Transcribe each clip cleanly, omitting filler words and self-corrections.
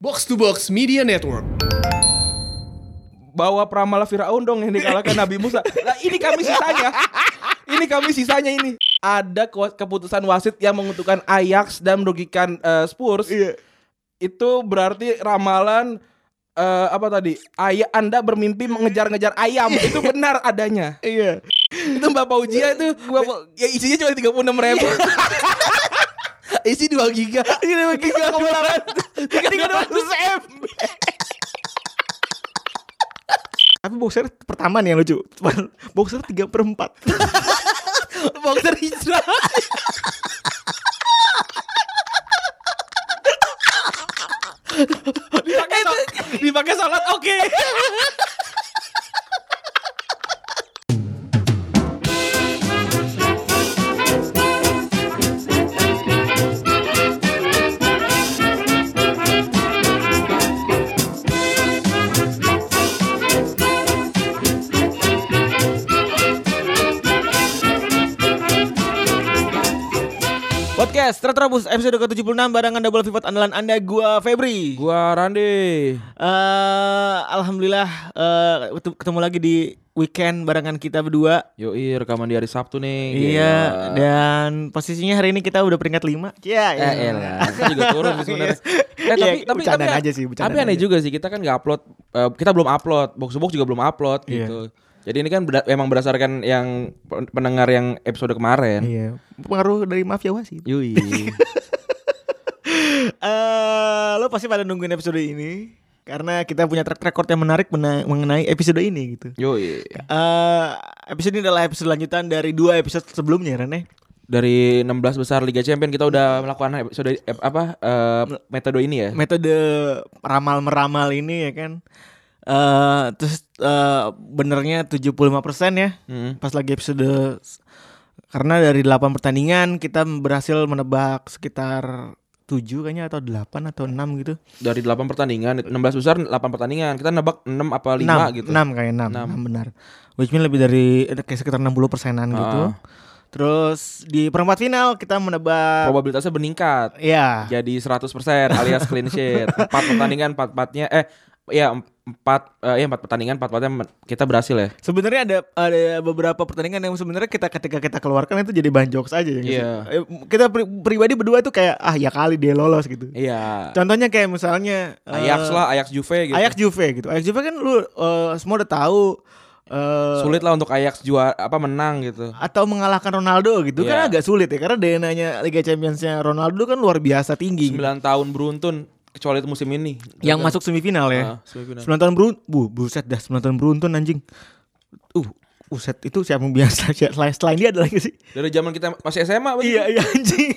Box to Box Media Network. Bawa peramal Firaun dong yang dikalahkan Nabi Musa. Lah ini kami sisanya ini. Ada keputusan wasit yang menguntungkan Ajax dan merugikan Spurs. Iya. Itu berarti ramalan apa tadi? Anda bermimpi mengejar-ngejar ayam. Itu benar adanya. Iya. Itu Mbak Fauzia itu ya isinya cuma 36.000. Isi 2 giga. Ini 2 giga kebenaran. 300 MB. Tapi boxer pertama nih yang lucu. Boxer 3/4. Boxer hijrah. Dipakai salat oke. Podcast Terterabus episode ke-76 barengan Double Pivot andalan Anda, gua Febri. Gua Randi. Alhamdulillah ketemu lagi di weekend barengan kita berdua. Yoi, rekaman di hari Sabtu nih. Iya, dan posisinya hari ini kita udah peringkat 5. Iya, elah. Kita juga turun sih sebenarnya. Tapi aja sih, tapi aneh juga sih, kita kan enggak upload. Kita belum upload, Box to Box juga belum upload gitu. Jadi ini kan emang berdasarkan yang pendengar yang episode kemarin. Iya. Pengaruh dari Mafia Wasit. Yui. Lo pasti pada nungguin episode ini karena kita punya track record yang menarik mengenai episode ini gitu. Yoi. Episode ini adalah episode lanjutan dari 2 episode sebelumnya, Rene. Dari 16 besar Liga Champions kita udah melakukan episode metode ini ya. Metode ramal-meramal ini ya kan. Terus benernya 75% ya. Pas lagi episode, karena dari 8 pertandingan kita berhasil menebak sekitar 7 kayaknya atau 8 atau 6 gitu. Dari 8 pertandingan, 16 besar 8 pertandingan. Kita nebak 6 apa 5 gitu. 6 kayak 6 benar. Which means lebih dari kayak sekitar 60%-an gitu. Terus di perempat final kita menebak probabilitasnya meningkat. Iya. Jadi 100% alias clean sheet. 4 pertandingan 4-4-nya 4 pertandingan 4-4-nya kita berhasil ya. Sebenarnya ada beberapa pertandingan yang sebenarnya ketika kita keluarkan itu jadi bahan jokes aja ya. Iya. Kita pribadi berdua tuh kayak ya kali dia lolos gitu. Iya. Contohnya kayak misalnya Ajax Juve gitu. Ajax Juve kan lu semua udah tahu sulit lah untuk Ajax menang gitu. Atau mengalahkan Ronaldo gitu kan agak sulit ya, karena DNA-nya Liga Champions-nya Ronaldo kan luar biasa tinggi. 9 tahun beruntun. Kecuali itu musim ini yang masuk semifinal ya. 9 tahun buset dah 9 tahun beruntun anjing. Buset, itu siapa yang biasa selain dia ada lagi sih. Dari zaman kita masih SMA betul. Iya anjing.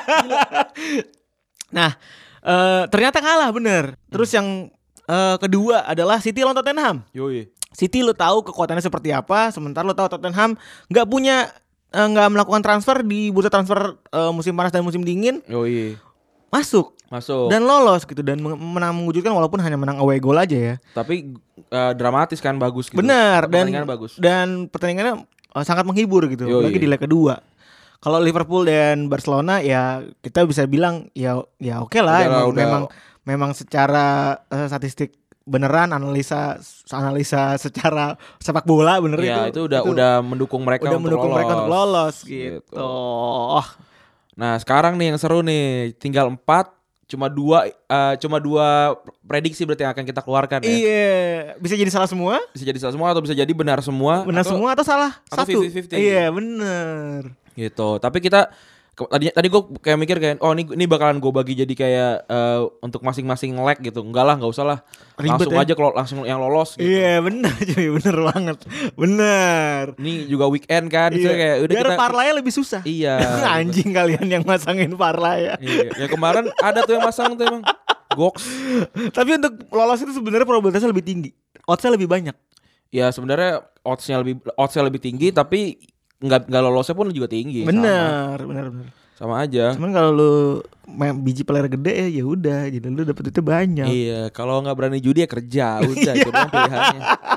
Nah, ternyata kalah bener. Terus yang kedua adalah City lawan Tottenham. Yoi. City lo tahu kekuatannya seperti apa, sementara lo tahu Tottenham nggak melakukan transfer di bursa transfer musim panas dan musim dingin. Yoi. Masuk dan lolos gitu, dan menang mengejutkan walaupun hanya menang away goal aja ya. Tapi dramatis kan, bagus gitu. Benar, bagus. Dan pertandingannya sangat menghibur gitu. Lagi di leg kedua. Kalau Liverpool dan Barcelona ya kita bisa bilang ya oke lah. Memang secara statistik beneran, analisa secara sepak bola bener ya, itu udah mendukung mereka untuk lolos gitu. Nah sekarang nih yang seru nih, tinggal 4, cuma dua prediksi berarti yang akan kita keluarkan ya. Iya, bisa jadi salah semua atau bisa jadi benar semua. Atau salah atau satu. 50-50. Iya bener. Gitu. Tapi kita tadi gue kayak mikir kayak ini bakalan gue bagi jadi kayak untuk masing-masing leg gitu. Enggak lah, nggak usah lah. Ribet langsung ya? Aja kalau langsung yang lolos gitu. Iya benar cuy, bener banget. Bener. Ini juga weekend kan, kayak udah biar kita parlay lebih susah. Iya. Anjing kalian yang masangin parlay ya. Iya. Ya kemarin ada tuh yang masang tuh emang goks. Tapi untuk lolos itu sebenarnya probabilitasnya lebih tinggi. Oddsnya lebih banyak. Ya sebenarnya oddsnya lebih tinggi, tapi nggak lolosnya pun juga tinggi. Benar. Sama aja. Cuman kalau lu biji player gede ya udah, jadi lu dapet itu banyak. Iya, kalau nggak berani judi ya kerja, udah itu doang pilihannya.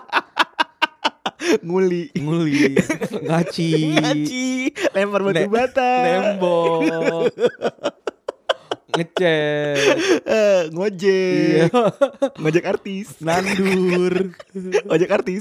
Nguli, ngaci, lempar batu bata, nembok. ngechat, ngojek, iya, ngojek artis, nandur, ojek artis,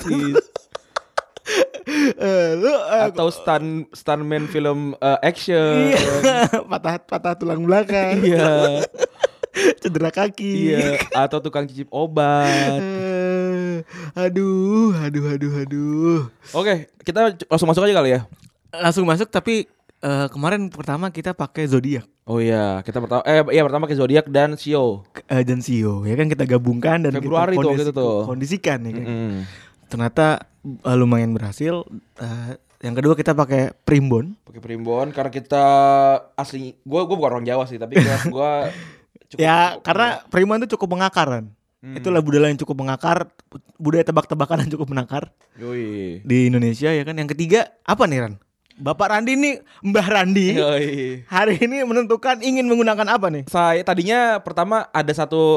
lu atau stuntman film action, patah tulang belakang, iya, cedera kaki, iya, atau tukang cicip obat. Aduh. Oke, kita langsung masuk aja kali ya. Langsung masuk tapi kemarin pertama kita pakai zodiak. Oh iya, kita pertama pakai zodiak dan Sio. Dan Sio ya kan kita gabungkan dan Februari kita tuh gitu tuh. kondisikan ya kan. Ternyata lumayan berhasil. Yang kedua kita pakai primbon. Pakai primbon karena kita asli gue bukan orang Jawa sih, tapi gue ya karena primbon itu cukup mengakar kan. Itulah budaya yang cukup mengakar, budaya tebak-tebakan yang cukup mengakar di Indonesia ya kan. Yang ketiga apa nih Ran? Bapak Randi nih, Mbah Randi hari ini menentukan ingin menggunakan apa nih? Saya tadinya pertama ada satu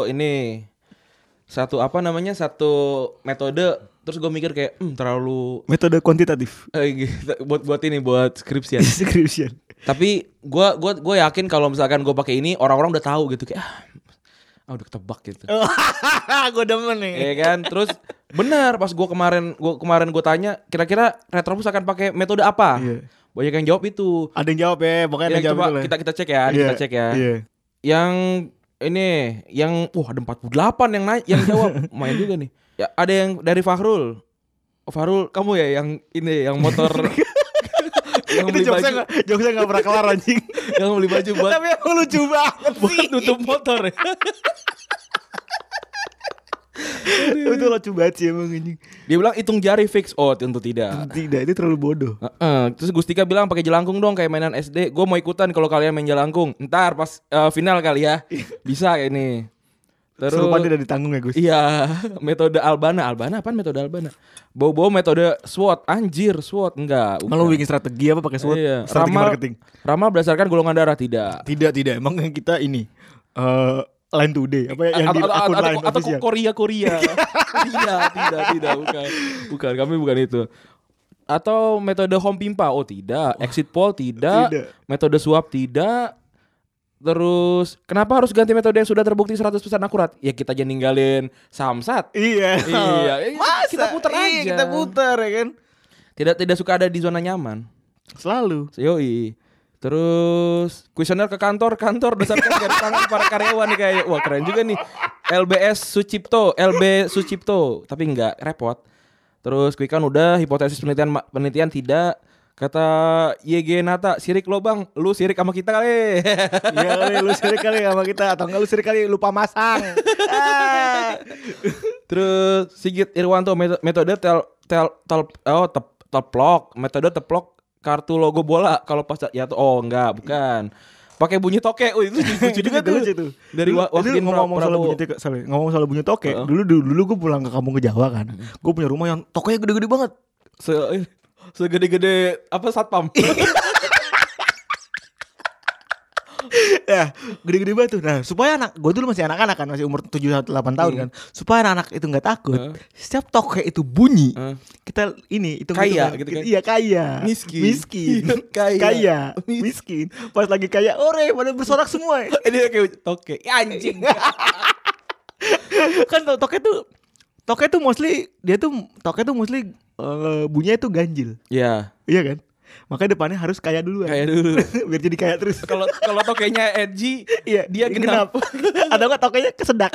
metode, terus gue mikir kayak terlalu metode kuantitatif buat skripsian. Tapi gue yakin kalau misalkan gue pakai ini orang-orang udah tahu gitu kayak udah ketebak gitu. Gue demen nih. Iya kan, terus benar pas gue kemarin gue tanya kira-kira Retropus akan pakai metode apa? Iya. Banyak yang jawab itu. Ada yang jawab ya, pokoknya ada yang jawab coba kita cek ya, kita cek ya. Yeah. Yang ini yang ada 48 yang jawab. Lumayan juga nih. Ya ada yang dari Fahrul. Fahrul, kamu ya yang ini yang motor yang beli baju. Jokesnya gak pernah kelar anjing. Yang beli baju buat tapi emang lucu banget sih. Buat nutup motor ya. Itu lucu banget sih emang anjing. Dia bilang hitung jari fix. Oh tentu tidak. Tidak, itu terlalu bodoh. Terus Gustika bilang pakai jelangkung dong kayak mainan SD. Gue mau ikutan kalau kalian main jelangkung. Ntar pas final kali ya. Bisa kayak ini. Terus serupa dia udah ditanggung ya Gus. Iya. Metode Albana apaan metode Albana? Bau-bau metode SWOT. Anjir SWOT. Enggak. Kalau bikin strategi apa pakai SWOT? Iya. Strategi marketing. Ramal berdasarkan golongan darah. Tidak. Emang kita ini Line Today apa yang di akun Line atau official. Korea. Tidak bukan kami bukan itu. Atau metode home pimpa. Oh tidak. Exit poll tidak. Metode suap tidak. Terus kenapa harus ganti metode yang sudah terbukti 100% akurat? Ya kita aja ninggalin Samsat. Iya. Masa? Kita putar aja. Iya, kita putar ya kan. Tidak suka ada di zona nyaman. Selalu. Yoi. Terus kuesioner ke kantor berdasarkan garis tangan para karyawan nih kayak wah keren juga nih. LB Sucipto, tapi enggak repot. Terus quick count udah, hipotesis penelitian tidak. Kata YG Nata, sirik lo bang, lu sirik sama kita kali. Iya kali, lu sirik kali sama kita. Atau enggak lu sirik kali lupa masang. Terus Sigit Irwanto, metode teplok. Metode teplok kartu logo bola. Kalau pas ya tuh, bukan. Pakai bunyi toke. Itu lucu juga tuh. Dari Wahdin ngomong soal bunyi toke. Dulu gue pulang ke kampung ke Jawa kan. Gue punya rumah yang tokenya gede-gede banget. Segede-gede apa satpam. Ya gede-gede banget tuh. Nah supaya gue dulu masih anak-anak kan, masih umur 7-8 tahun kan. Supaya anak-anak itu gak takut, setiap toke itu bunyi, kita ini itu kaya gitu kan. Iya kaya. Miskin. Kaya. Miskin. Pas lagi kaya, ore pada bersorak semua. Ini kayak toke. Anjing. Kan toke tuh mostly bunyinya itu ganjil. Iya. Iya kan? Makanya depannya harus kaya dulu. Biar jadi kaya terus. Kalau tokenya edgy, iya, dia genap. Ada enggak tokenya kesedak?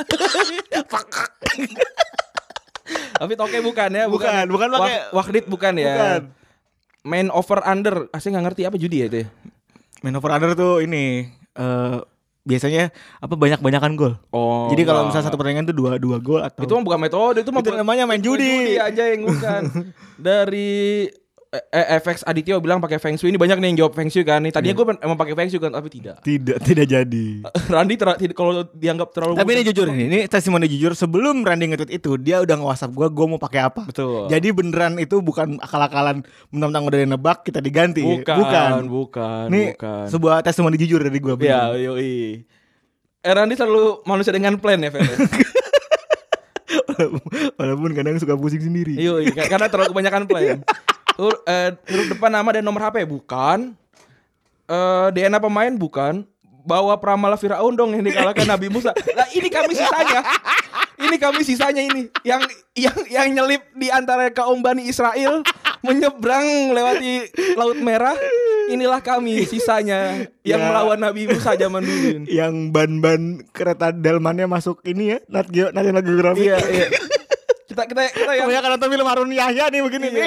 Tapi toke bukan ya, bukan pakai Wahdit bukan ya. Bukan. Main over under, asli enggak ngerti apa judi ya itu ya. Main over under tuh ini biasanya apa banyak-banyakan gol. Oh. Jadi kalau misalnya satu pertandingan tuh dua gol atau itu mah bukan metode, itu namanya main judi. Judi aja yang bukan. Dari FX Aditya bilang pakai Feng Shui. Ini banyak nih yang jawab Feng Shui kan. Nih tadinya gue emang pakai Feng Shui kan, tapi tidak jadi. Randi kalau dianggap terlalu. Tapi ini jujur ini testimoni jujur, sebelum Randi nge-tweet itu dia udah nge-WhatsApp gue mau pakai apa. Betul. Jadi beneran itu bukan akal-akalan mentang-mentang udah nebak kita diganti. Bukan. Ini sebuah testimoni jujur dari gue. Iya, yoi. Randi selalu manusia dengan plan ya, Fer. Walaupun kadang suka pusing sendiri. Yoi, karena terlalu kebanyakan plan. Huruf depan nama dan nomor HP bukan. DNA pemain bukan. bawa peramal Firaun dong yang dikalahkan Nabi Musa. Lah ini kami sisanya. Ini kami sisanya ini yang nyelip di antara kaum Bani Israel menyeberang lewati Laut Merah. Inilah kami sisanya yang melawan Nabi Musa zaman dulu. Yang ban-ban kereta delmannya masuk ini ya, National Geographic. Iya. Kita yang ya karena film Harun Yahya nih begini nih.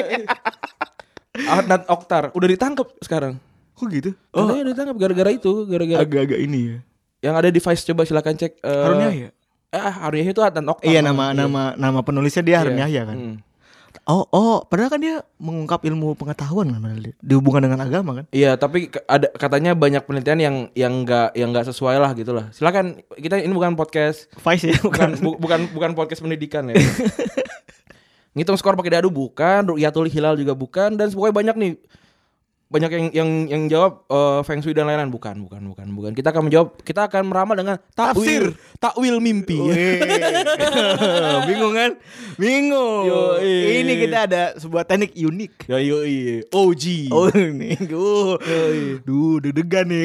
Adnan Oktar udah ditangkap sekarang. Kok gitu? Katanya ditangkap gara-gara Agak-agak ini ya. Yang ada di Vice, coba silakan cek. Harun Yahya. Harun Yahya itu Adnan Oktar. Iya, nama penulisnya dia Harun Yahya kan. Padahal kan dia mengungkap ilmu pengetahuan kan, dihubungkan dengan agama kan. Iya, tapi ada katanya banyak penelitian yang enggak sesuai lah gitu lah. Silakan, kita ini bukan podcast Vice ya, bukan podcast pendidikan ya. Ngitung skor pakai dadu bukan, ru'yatul hilal juga bukan, dan pokoknya banyak nih. Banyak yang jawab Feng Shui dan lain-lain. Bukan. Kita akan meramal dengan takwil mimpi. Bingung kan? Bingung. Ini kita ada sebuah teknik unik. OG. Oh ini. Deg-degan nih.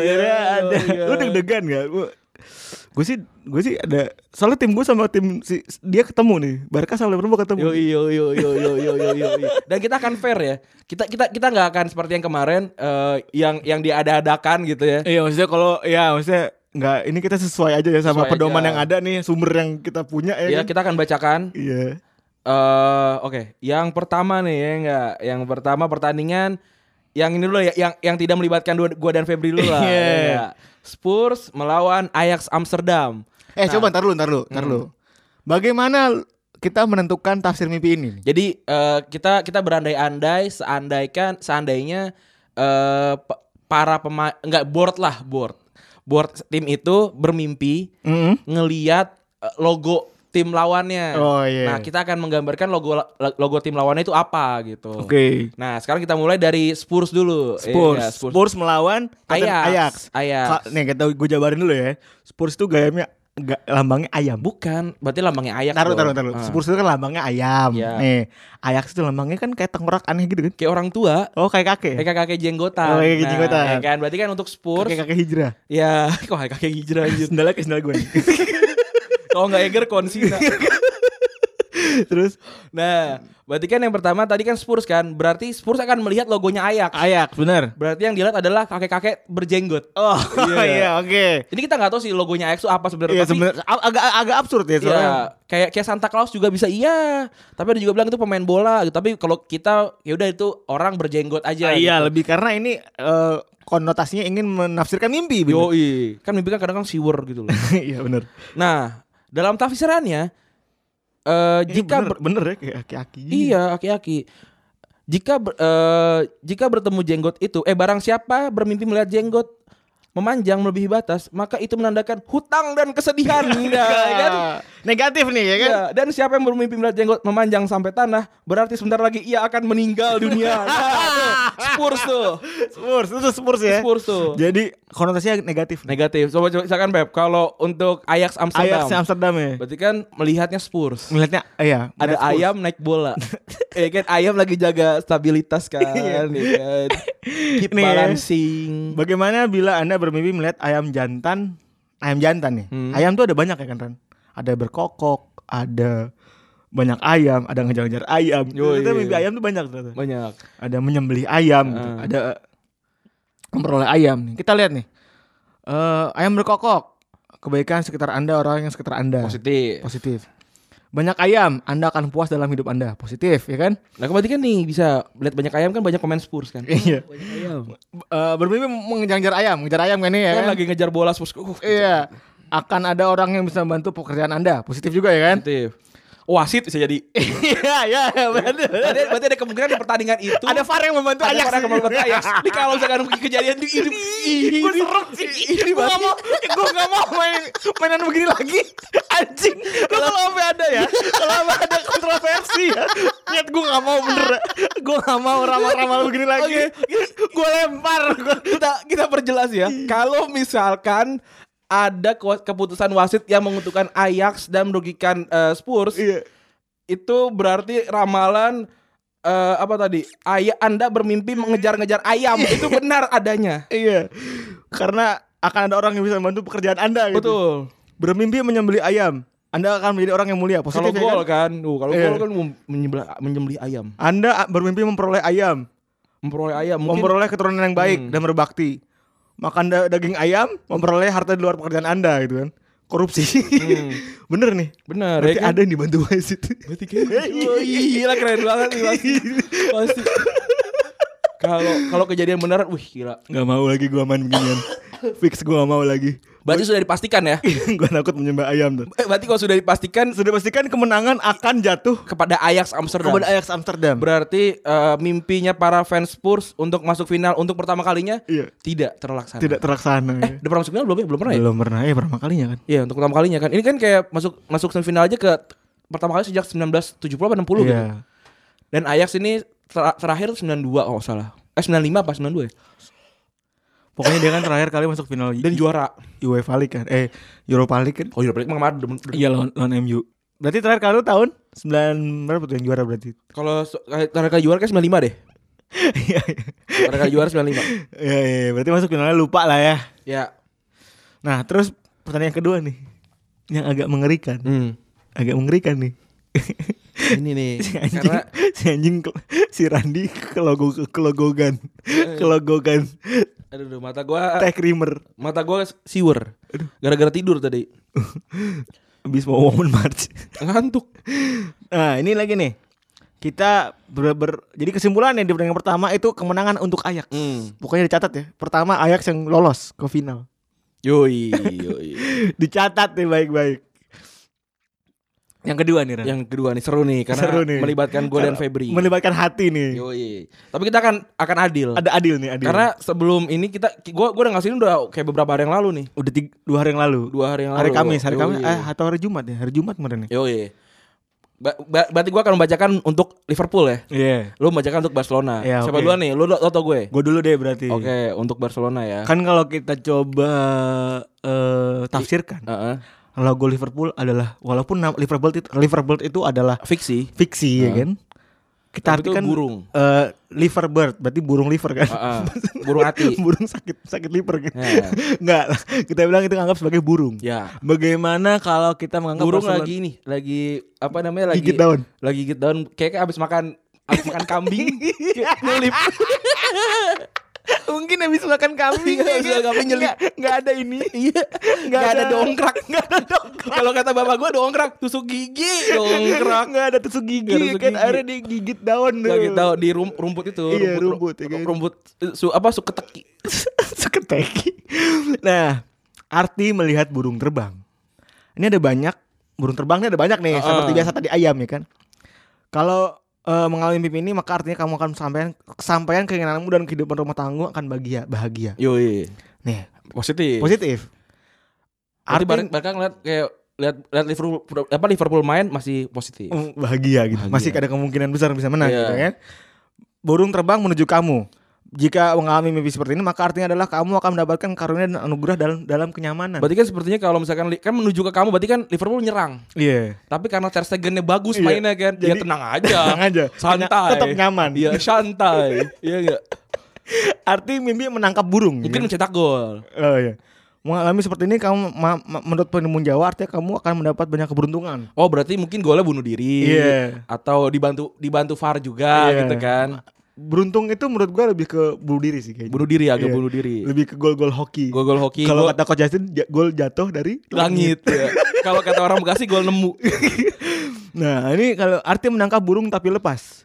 Lu deg-degan enggak? Gue sih ada, soalnya tim gue sama tim dia ketemu nih, Barca sama Liverpool ketemu. Yo. Dan kita akan fair ya. Kita nggak akan seperti yang kemarin yang diada-adakan gitu ya. Iya, maksudnya nggak, ini kita sesuai aja ya sama pedoman yang ada nih, sumber yang kita punya ya. Iya, kan? kita akan bacakan. Iya. Oke. Yang pertama nih ya enggak. Yang pertama pertandingan yang ini dulu ya, yang tidak melibatkan gua dan Febri dulu lah. Ya. Spurs melawan Ajax Amsterdam. Coba ntar lu. Bagaimana kita menentukan tafsir mimpi ini? Jadi kita berandai-andai seandainya para pemain board tim itu bermimpi ngelihat logo tim lawannya. Oh, yeah. Nah, kita akan menggambarkan logo tim lawannya itu apa gitu. Oke. Nah, sekarang kita mulai dari Spurs dulu. Spurs melawan Ajax. Nih, gue jabarin dulu ya. Spurs itu gayanya lambangnya ayam. Bukan, berarti lambangnya Ajax. Taruh. Spurs itu kan lambangnya ayam. Yeah. Nih, Ajax itu lambangnya kan kayak tengkorak aneh gitu kan. Kayak orang tua. Oh, kayak kakek. Kayak kakek jenggotan. Oh, kayak jenggotan. Ya kan, berarti kan untuk Spurs kayak kakek hijrah. Ya, kok kakek hijrah anjir. Sendalnya kayak sendal gue. Kalau nggak Eger Konsina. Terus, nah, berarti kan yang pertama tadi kan Spurs kan, berarti Spurs akan melihat logonya Ajax, benar. Berarti yang dilihat adalah kakek-kakek berjenggot. Oh, iya, oke. Ini kita nggak tahu sih logonya Ajax itu apa sebenarnya. Iya, sebenarnya agak absurd ya soalnya. Iya, kayak Santa Claus juga bisa tapi ada juga bilang itu pemain bola. Tapi kalau kita ya udah itu orang berjenggot aja. Iya, gitu. lebih karena ini konotasinya ingin menafsirkan mimpi. Yoi, kan mimpi kan kadang-kadang siwer gitu loh. Iya, benar. Nah, dalam tafsirannya jika bener ya kayak aki-aki. Iya, aki-aki. Jika bertemu jenggot itu, barang siapa bermimpi melihat jenggot memanjang melebihi batas, maka itu menandakan hutang dan kesedihan. Kan? Negatif nih ya kan? Ya, dan siapa yang bermimpi melihat jenggot memanjang sampai tanah, berarti sebentar lagi ia akan meninggal dunia. Spurs tuh. Spurs ya. Spurs tuh. Jadi konotasinya negatif. Coba silakan Beb. Kalau untuk Ajax Amsterdam ya. Berarti kan melihatnya Spurs. Melihatnya ada Spurs. Ayam naik bola. Kan ayam lagi jaga stabilitas kan. Ya kan. Keep balancing. Bagaimana bila Anda bermimpi melihat ayam jantan nih. Ayam tuh ada banyak ya kan Ran? Ada berkokok, ada banyak ayam, ada ngejar-ngejar ayam. Ternyata mimpi ayam tuh banyak ternyata. Banyak. Ada menyembelih ayam, gitu. Ada memperoleh ayam nih. Kita lihat nih. Ayam berkokok. Kebaikan sekitar Anda, orang yang sekitar Anda. Positif. Banyak ayam, Anda akan puas dalam hidup Anda. Positif, ya kan? Nah, berarti kan nih bisa lihat banyak ayam kan banyak pemain Spurs kan. Iya. Banyak ayam. Bermimpi mengejar ayam kan nih ya kan? Lagi ngejar bola Spurs. Iya. Akan ada orang yang bisa membantu pekerjaan Anda. Positif juga ya kan? Positif. Wasit bisa jadi. Iya, betul. Berarti ada kemungkinan di pertandingan itu ada VAR yang membantu Ajax. Ini kalau misalkan kejadian di hidup gue serem sih. Gue gak mau mainan begini lagi. Anjing. Kalau sampai ada ya, kalau sampai ada kontroversi ya, niat gue gak mau bener. Gue gak mau ramal-ramal begini lagi. Gue lempar. Kita perjelas ya. Kalau misalkan ada keputusan wasit yang menguntungkan Ajax dan merugikan Spurs, itu berarti ramalan apa tadi? Anda bermimpi mengejar-ngejar ayam. Itu benar adanya. Iya. Karena akan ada orang yang bisa membantu pekerjaan Anda gitu. Betul. Bermimpi menyembelih ayam, Anda akan menjadi orang yang mulia. Kalau Positif ya gol kan? kalau Iya. gol kan menyembelih ayam. Anda bermimpi memperoleh ayam, Memperoleh ayam mungkin memperoleh keturunan yang baik dan berbakti. Makan daging ayam, memperoleh harta di luar pekerjaan Anda gitu kan. Korupsi. Bener nih. benar Berarti ya kan? ada yang dibantu wasit. Berarti kayak gila keren banget nih pasti. Kalau kejadian beneran, wih gila. Gak mau lagi gua main beginian. Fix gua gak mau lagi. Berarti sudah dipastikan ya? Gua takut menyembah ayam tuh. Berarti kalau sudah dipastikan Sudah pastikan kemenangan akan jatuh kepada Ajax Amsterdam. kepada Ajax Amsterdam. Berarti mimpinya para fans Spurs untuk masuk final untuk pertama kalinya Iya. tidak terlaksana. Tidak terlaksana. Udah pernah masuk final belum ya? Belum pernah ya? Belum pernah ya pertama kalinya kan. Iya, untuk pertama kalinya kan. Ini kan kayak masuk semifinal aja ke pertama kali sejak 1970 atau 60 gitu. Iya. Dan Ajax ini terakhir 92 kalau nggak salah. 95 pas 92 ya. Pokoknya dia kan terakhir kali masuk final Dan juara. UEFA League kan. Europa League kan. Oh, Europa League emang ada. Iya lawan MU. Berarti terakhir kali itu tahun 9 berapa tuh yang juara berarti? Kalau terakhir kali juara kan 95 deh. Iya. Terakhir kali juara 95. Iya, berarti masuk finalnya lupa lah ya. Ya. Nah, terus pertanyaan kedua nih. Yang agak mengerikan. Agak mengerikan nih. Ini nih. Karena si Randy kelogogan. Aduh, mata gua siwer. Gara-gara tidur tadi. Habis mau momen march. Ngantuk. Nah, ini lagi nih. Kita jadi kesimpulannya di pertandingan pertama itu kemenangan untuk Ajax. Pokoknya dicatat ya. Pertama Ajax yang lolos ke final. Yoi. Dicatat nih baik-baik. Yang kedua nih, Ran. Yang kedua nih seru nih karena Seru nih. melibatkan gue dan Febri. Melibatkan hati nih. Yoi. Tapi kita akan adil. Ada adil nih, adil. Karena sebelum ini gua udah ngasihin udah kayak beberapa hari yang lalu nih. Udah 2 hari yang lalu. 2 hari yang lalu. Hari Kamis Yoi. atau hari Jumat ya? Hari Jumat kemarin ya. Yoi. Berarti gua akan membacakan untuk Liverpool ya. Iya. Lu membacakan untuk Barcelona. Iya, Siapa oke. duluan nih? Lu atau gue? Gue dulu deh berarti. Oke, untuk Barcelona ya. Kan kalau kita coba tafsirkan, logo Liverpool adalah walaupun Liverpool itu adalah Fiksi. ya kan. Kita Tapi itu artikan burung. Liverbird, berarti burung liver kan. Burung hati. Burung sakit liver kan. Ya. Enggak lah. Kita bilang itu anggap sebagai burung. Ya. Bagaimana kalau kita menganggap Burung Barcelona- lagi apa namanya lagi Gigit daun. Lagi gigit daun kayak abis makan kambing kayak nyelip. Mungkin habis makan kambing. Iya, habis makan kambing nyelip. Enggak ada ini. Iya. Enggak ada dongkrak. Enggak ada dongkrak. Kalau kata bapak gue dongkrak tusuk gigi dongkrak. Enggak ada tusuk gigi. Nggak ada tusuk Kan gigi. akhirnya digigit daun tuh. Lagi tahu di rumput itu. Iya, rumput, ya kan? Rumput suketeki. Seketeki. Nah, arti melihat burung terbang. Ini ada banyak burung terbangnya ada banyak nih. Seperti biasa tadi ayam ya kan. Kalau mengalami mimpi ini maka artinya kamu akan kesampaian keinginanmu dan kehidupan rumah tangga akan bahagia. Yoi. Nih, Positif. Arti Barca ngeliat kayak lihat Liverpool main masih positif. bahagia gitu. Bahagia. Masih ada kemungkinan besar bisa menang Iya. gitu kan. Burung terbang menuju kamu. Jika mengalami mimpi seperti ini maka artinya adalah kamu akan mendapatkan karunia dan anugerah dalam kenyamanan. Berarti kan sepertinya kalau misalkan kan menuju ke kamu berarti kan Liverpool nyerang. Iya. Tapi karena Ter Stegen-nya bagus Iya. mainnya kan, ya Jadi- tenang aja. Tenang aja. Santai. Tetap nyaman. Iya, santai. Iya enggak? Arti mimpi menangkap burung. Mungkin ya. mencetak gol. Oh iya. Mengalami seperti ini kamu menurut penemu Jawa artinya kamu akan mendapat banyak keberuntungan. Oh, berarti mungkin golnya bunuh diri. Iya. Atau dibantu VAR juga Iya. gitu kan. Beruntung itu menurut gua lebih ke bunuh diri sih kayaknya. Bunuh diri agak Iya. bunuh diri. Lebih ke gol-gol hoki. Gol hoki. Kalau gol kata Coach Justin gol jatuh dari langit. Ya. Kalau kata orang Bekasi gol nemu. Nah, ini kalau arti menangkap burung tapi lepas.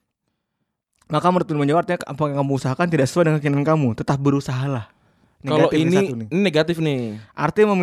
Maka menurut penemu Jawa artinya apa yang kamu usahakan tidak sesuai dengan keinginan kamu, tetap berusahalah. Kalau Negatif nih ini satu nih. negatif nih. Artinya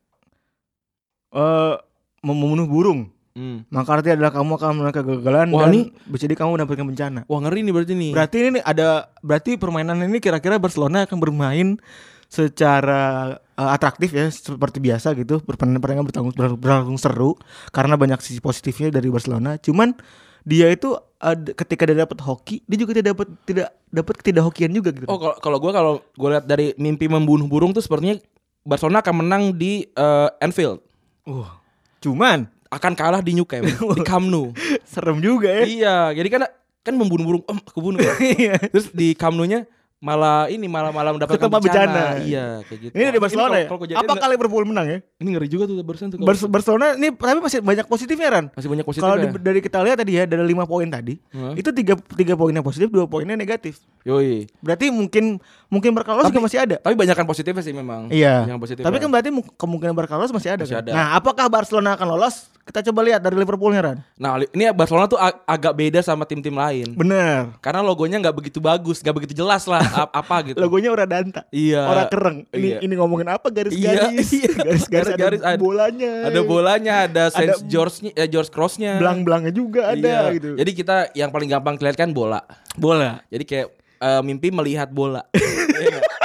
membunuh burung. Maka artinya adalah kamu akan menemukan kegagalan. Wah, dan ini- bisa jadi kamu mendapatkan bencana. Wah, ngeri nih berarti nih. Berarti ini berarti permainan ini kira-kira Barcelona akan bermain secara atraktif ya seperti biasa gitu. Pertandingan berlangsung seru karena banyak sisi positifnya dari Barcelona. Cuman dia itu ketika dia dapat hoki, dia juga tidak dapat ketidakhokian juga gitu. Oh, kalau gue lihat dari mimpi membunuh burung tuh sepertinya Barcelona akan menang di Anfield. Cuman Akan kalah di New Camp, di Camp Nou. serem juga ya. Iya, jadi kan membunuh burung, aku bunuh. Iya. Terus di Camp Nou-nya malah mendapatkan Ketempat bencana. Iya, kayak gitu. Ini dari Barcelona ya? Kalau kejadian Apakah Liverpool menang ya? ini ngeri juga tuh barusan tuh. Barcelona ini tapi masih banyak positifnya, Ran. Masih banyak positif Kalau ya. dari kita lihat tadi ya, dari 5 poin tadi, itu 3 poinnya positif, 2 poinnya negatif. Yoi. Berarti mungkin Barcarlos juga masih ada. Tapi banyak kan positifnya sih memang. Iya. Yang positif. Tapi kan berarti kemungkinan Barcarlos masih ada. Masih Kan? ada. Nah, apakah Barcelona akan lolos? Kita coba lihat dari Liverpoolnya, Ran. Nah, ini Barcelona tuh agak beda sama tim-tim lain. Bener. Karena logonya nggak begitu bagus, nggak begitu jelas lah apa gitu. Logonya ora danta. Iya. Ora kereng. Iya. Ini ngomongin apa garis-garis? Iya. Garis-garis ada bolanya. Ada bolanya, ada Saint George Cross-nya. Belang-belangnya juga ada Iya. gitu. Jadi kita yang paling gampang kelihatan kan bola. Jadi kayak mimpi melihat bola. Iya nggak?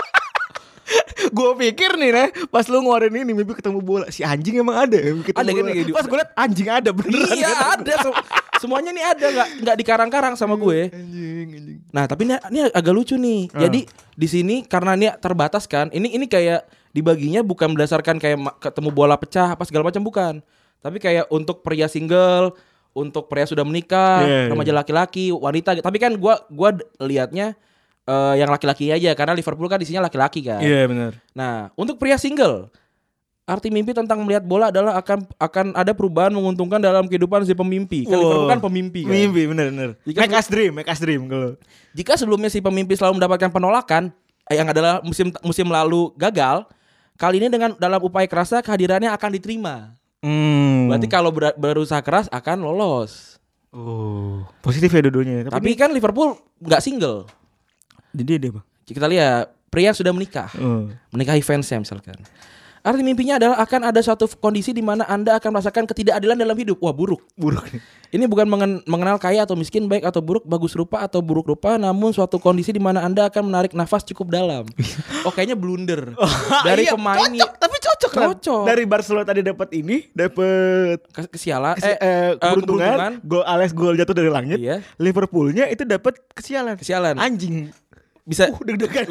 Gue pikir nih nih pas lu ngeluarin ini mimpi ketemu bola, si anjing emang ada ya ketemu Ada kan bola. kayak gitu. Pas gue liat anjing ada beneran. Iya ada. Semuanya nih ada, nggak dikarang-karang sama gue. Anjing. Nah tapi ini agak lucu nih. Jadi di sini karena ini terbatas kan. Ini kayak dibaginya bukan berdasarkan kayak ketemu bola pecah apa segala macam, bukan. Tapi kayak untuk pria single, untuk pria sudah menikah, remaja laki-laki, wanita. Tapi kan gue liatnya yang laki-laki aja karena Liverpool kan isinya laki-laki kan. Iya benar. Nah untuk pria single, arti mimpi tentang melihat bola adalah akan ada perubahan menguntungkan dalam kehidupan si pemimpi. Kan Liverpool kan pemimpi kan. Mimpi benar. Make us dream kalau. Jika sebelumnya si pemimpi selalu mendapatkan penolakan yang adalah musim lalu gagal, kali ini dengan dalam upaya kerasnya kehadirannya akan diterima. Berarti kalau berusaha keras akan lolos. Positif ya dua-duanya. Tapi kan Liverpool nggak single. Jadi dia, Bang. Kita lihat pria sudah menikah, menikahi fansnya misalkan. Arti mimpinya adalah akan ada suatu kondisi di mana Anda akan merasakan ketidakadilan dalam hidup. Wah buruk nih. Ini bukan mengenal kaya atau miskin, baik atau buruk, bagus rupa atau buruk rupa, namun suatu kondisi di mana Anda akan menarik nafas cukup dalam. Kayaknya blunder dari pemain. Tapi cocok. Dari Barcelona tadi dapat kesialan, keberuntungan, gol alias gol jatuh dari langit. Iya. Liverpoolnya itu dapat kesialan. Anjing. Bisa deg-degan.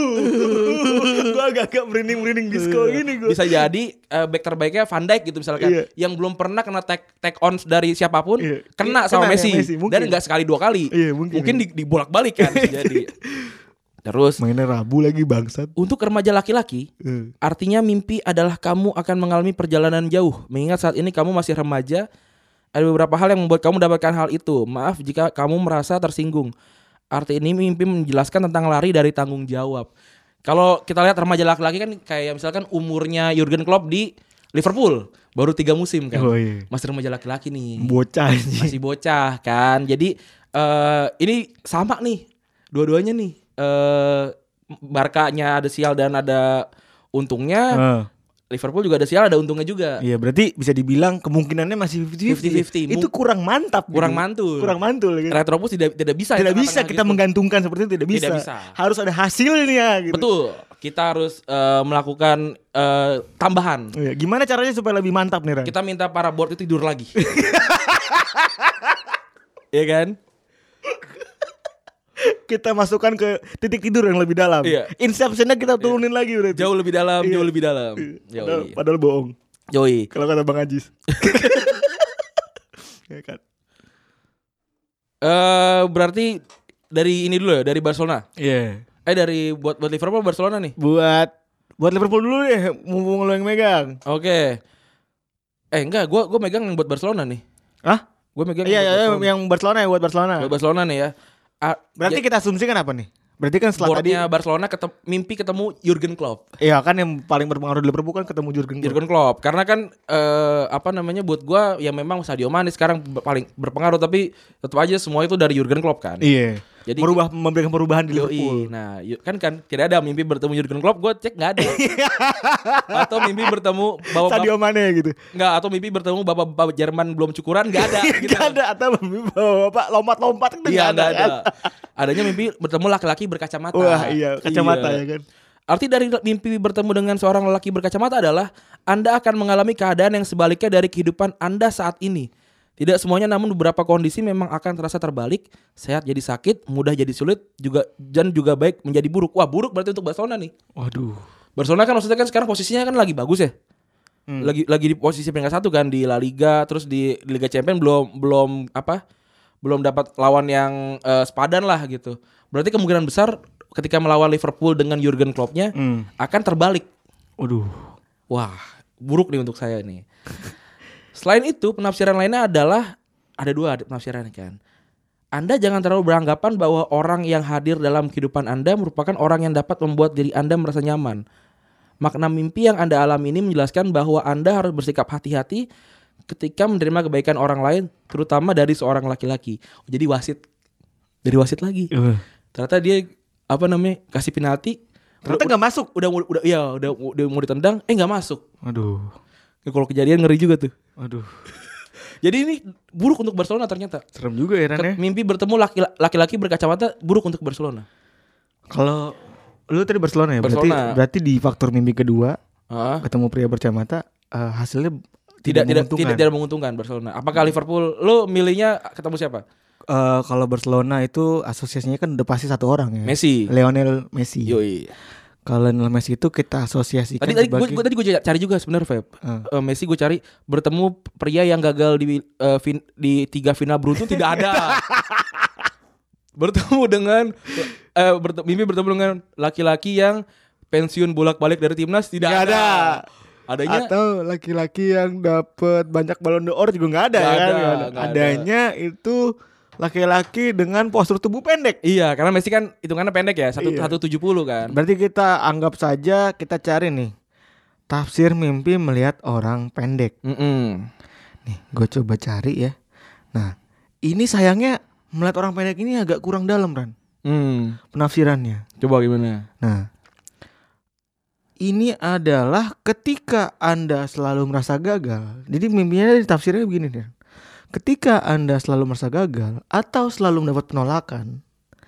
Gue agak merinding disco gini gue. Bisa jadi back terbaiknya Van Dijk gitu misalkan, yang belum pernah kena take on dari siapapun, kena sama Messi. Dan enggak sekali 2 kali. Mungkin dibolak-balik kan bisa jadi. Terus mainnya Rabu lagi bangsat. Untuk remaja laki-laki, artinya mimpi adalah kamu akan mengalami perjalanan jauh. Mengingat saat ini kamu masih remaja, ada beberapa hal yang membuat kamu mendapatkan hal itu. Maaf jika kamu merasa tersinggung. Arti ini mimpi menjelaskan tentang lari dari tanggung jawab. Kalau kita lihat remaja laki-laki kan kayak misalkan umurnya Jurgen Klopp di Liverpool, baru 3 musim kan. Masih remaja laki-laki nih. Masih bocah kan. Jadi ini sama nih. Dua-duanya nih. Barkanya ada sial dan ada untungnya. Liverpool juga ada sial, ada untungnya juga. Iya, berarti bisa dibilang kemungkinannya masih 50-50. Itu kurang mantap. Kurang mantul. Gitu. Retropus tidak bisa. Tidak bisa kita gitu menggantungkan seperti itu, tidak bisa. Harus ada hasilnya gitu. Betul. Kita harus melakukan tambahan. Gimana caranya supaya lebih mantap nih, Ran? Kita minta para board itu tidur lagi. Iya kan? Kita masukkan ke titik tidur yang lebih dalam. Inception-nya kita turunin lagi berarti. Jauh lebih dalam. Padahal bohong. Yoi. Kalau kata Bang Ajis. Ya kan. Berarti dari ini dulu ya, dari Barcelona. Iya. Dari buat Liverpool Barcelona nih. Buat Liverpool dulu deh, mumpung lo yang megang. Oke. Enggak, gue megang yang buat Barcelona nih. Hah? Gue megang yang Barcelona ya, buat Barcelona. Buat Barcelona nih ya. Berarti kita asumsikan apa nih? Berarti kan setelah tadi Barcelona mimpi ketemu Jurgen Klopp. Iya kan yang paling berpengaruh di Liverpool kan ketemu Jurgen Klopp. Karena kan buat gua ya memang Sadio Mane sekarang paling berpengaruh, tapi tetap aja semua itu dari Jurgen Klopp kan. Iya. Jadi memberikan perubahan di Liverpool. Nah, kan tidak ada mimpi bertemu Jurgen Klopp, gua cek enggak ada. Atau mimpi bertemu Sadio Mane gitu. Enggak, atau mimpi bertemu bapak Jerman belum cukuran enggak ada gitu. Enggak ada, atau mimpi bapak lompat-lompat kan enggak ada. Kan? Adanya mimpi bertemu laki-laki berkacamata. Wah, iya, kacamata ya kan. Arti dari mimpi bertemu dengan seorang lelaki berkacamata adalah Anda akan mengalami keadaan yang sebaliknya dari kehidupan Anda saat ini. Tidak semuanya, namun beberapa kondisi memang akan terasa terbalik. Sehat jadi sakit, mudah jadi sulit, dan juga baik menjadi buruk. Wah, buruk berarti untuk Barcelona nih. Waduh. Barcelona kan maksudnya kan sekarang posisinya kan lagi bagus ya. Lagi di posisi peringkat 1 kan di La Liga, terus di Liga Champions belum dapat lawan yang sepadan lah gitu. Berarti kemungkinan besar ketika melawan Liverpool dengan Jurgen Klopp-nya akan terbalik. Waduh. Wah, buruk nih untuk saya nih. Selain itu, penafsiran lainnya adalah ada 2 penafsiran kan. Anda jangan terlalu beranggapan bahwa orang yang hadir dalam kehidupan Anda merupakan orang yang dapat membuat diri Anda merasa nyaman. Makna mimpi yang Anda alami ini menjelaskan bahwa Anda harus bersikap hati-hati ketika menerima kebaikan orang lain, terutama dari seorang laki-laki. Jadi wasit, dari wasit lagi. Ternyata dia kasih penalti. Ternyata nggak masuk. Udah mau ditendang, nggak masuk. Aduh. Kalau kejadian ngeri juga tuh. Aduh. Jadi ini buruk untuk Barcelona ternyata. Serem juga ya Ran ya. Mimpi bertemu laki-laki berkacamata buruk untuk Barcelona. Kalau lu tadi Barcelona ya, Barcelona. berarti di faktor mimpi kedua ketemu pria berkacamata hasilnya tidak menguntungkan Barcelona. Apakah Liverpool lu milihnya ketemu siapa? Kalau Barcelona itu asosiasinya kan udah pasti satu orang ya. Messi. Lionel Messi. Yoi. Kalau Lionel Messi itu kita asosiasikan tadi gue cari juga sebenarnya Feb. Messi gue cari bertemu pria yang gagal di 3 final beruntun tidak ada. Bertemu dengan mimpi bertemu dengan laki-laki yang pensiun bolak-balik dari timnas tidak ada. Adanya atau laki-laki yang dapat banyak Ballon d'Or juga nggak ada kan? Adanya itu laki-laki dengan postur tubuh pendek. Iya, karena Messi kan hitungannya pendek ya, 170 kan. Berarti kita anggap saja kita cari nih tafsir mimpi melihat orang pendek. Nih, gue coba cari ya. Nah, ini sayangnya melihat orang pendek ini agak kurang dalam Ran. Penafsirannya. Coba gimana? Nah, ini adalah ketika Anda selalu merasa gagal. Jadi mimpinya ditafsirnya begini nih. Ketika Anda selalu merasa gagal atau selalu mendapat penolakan,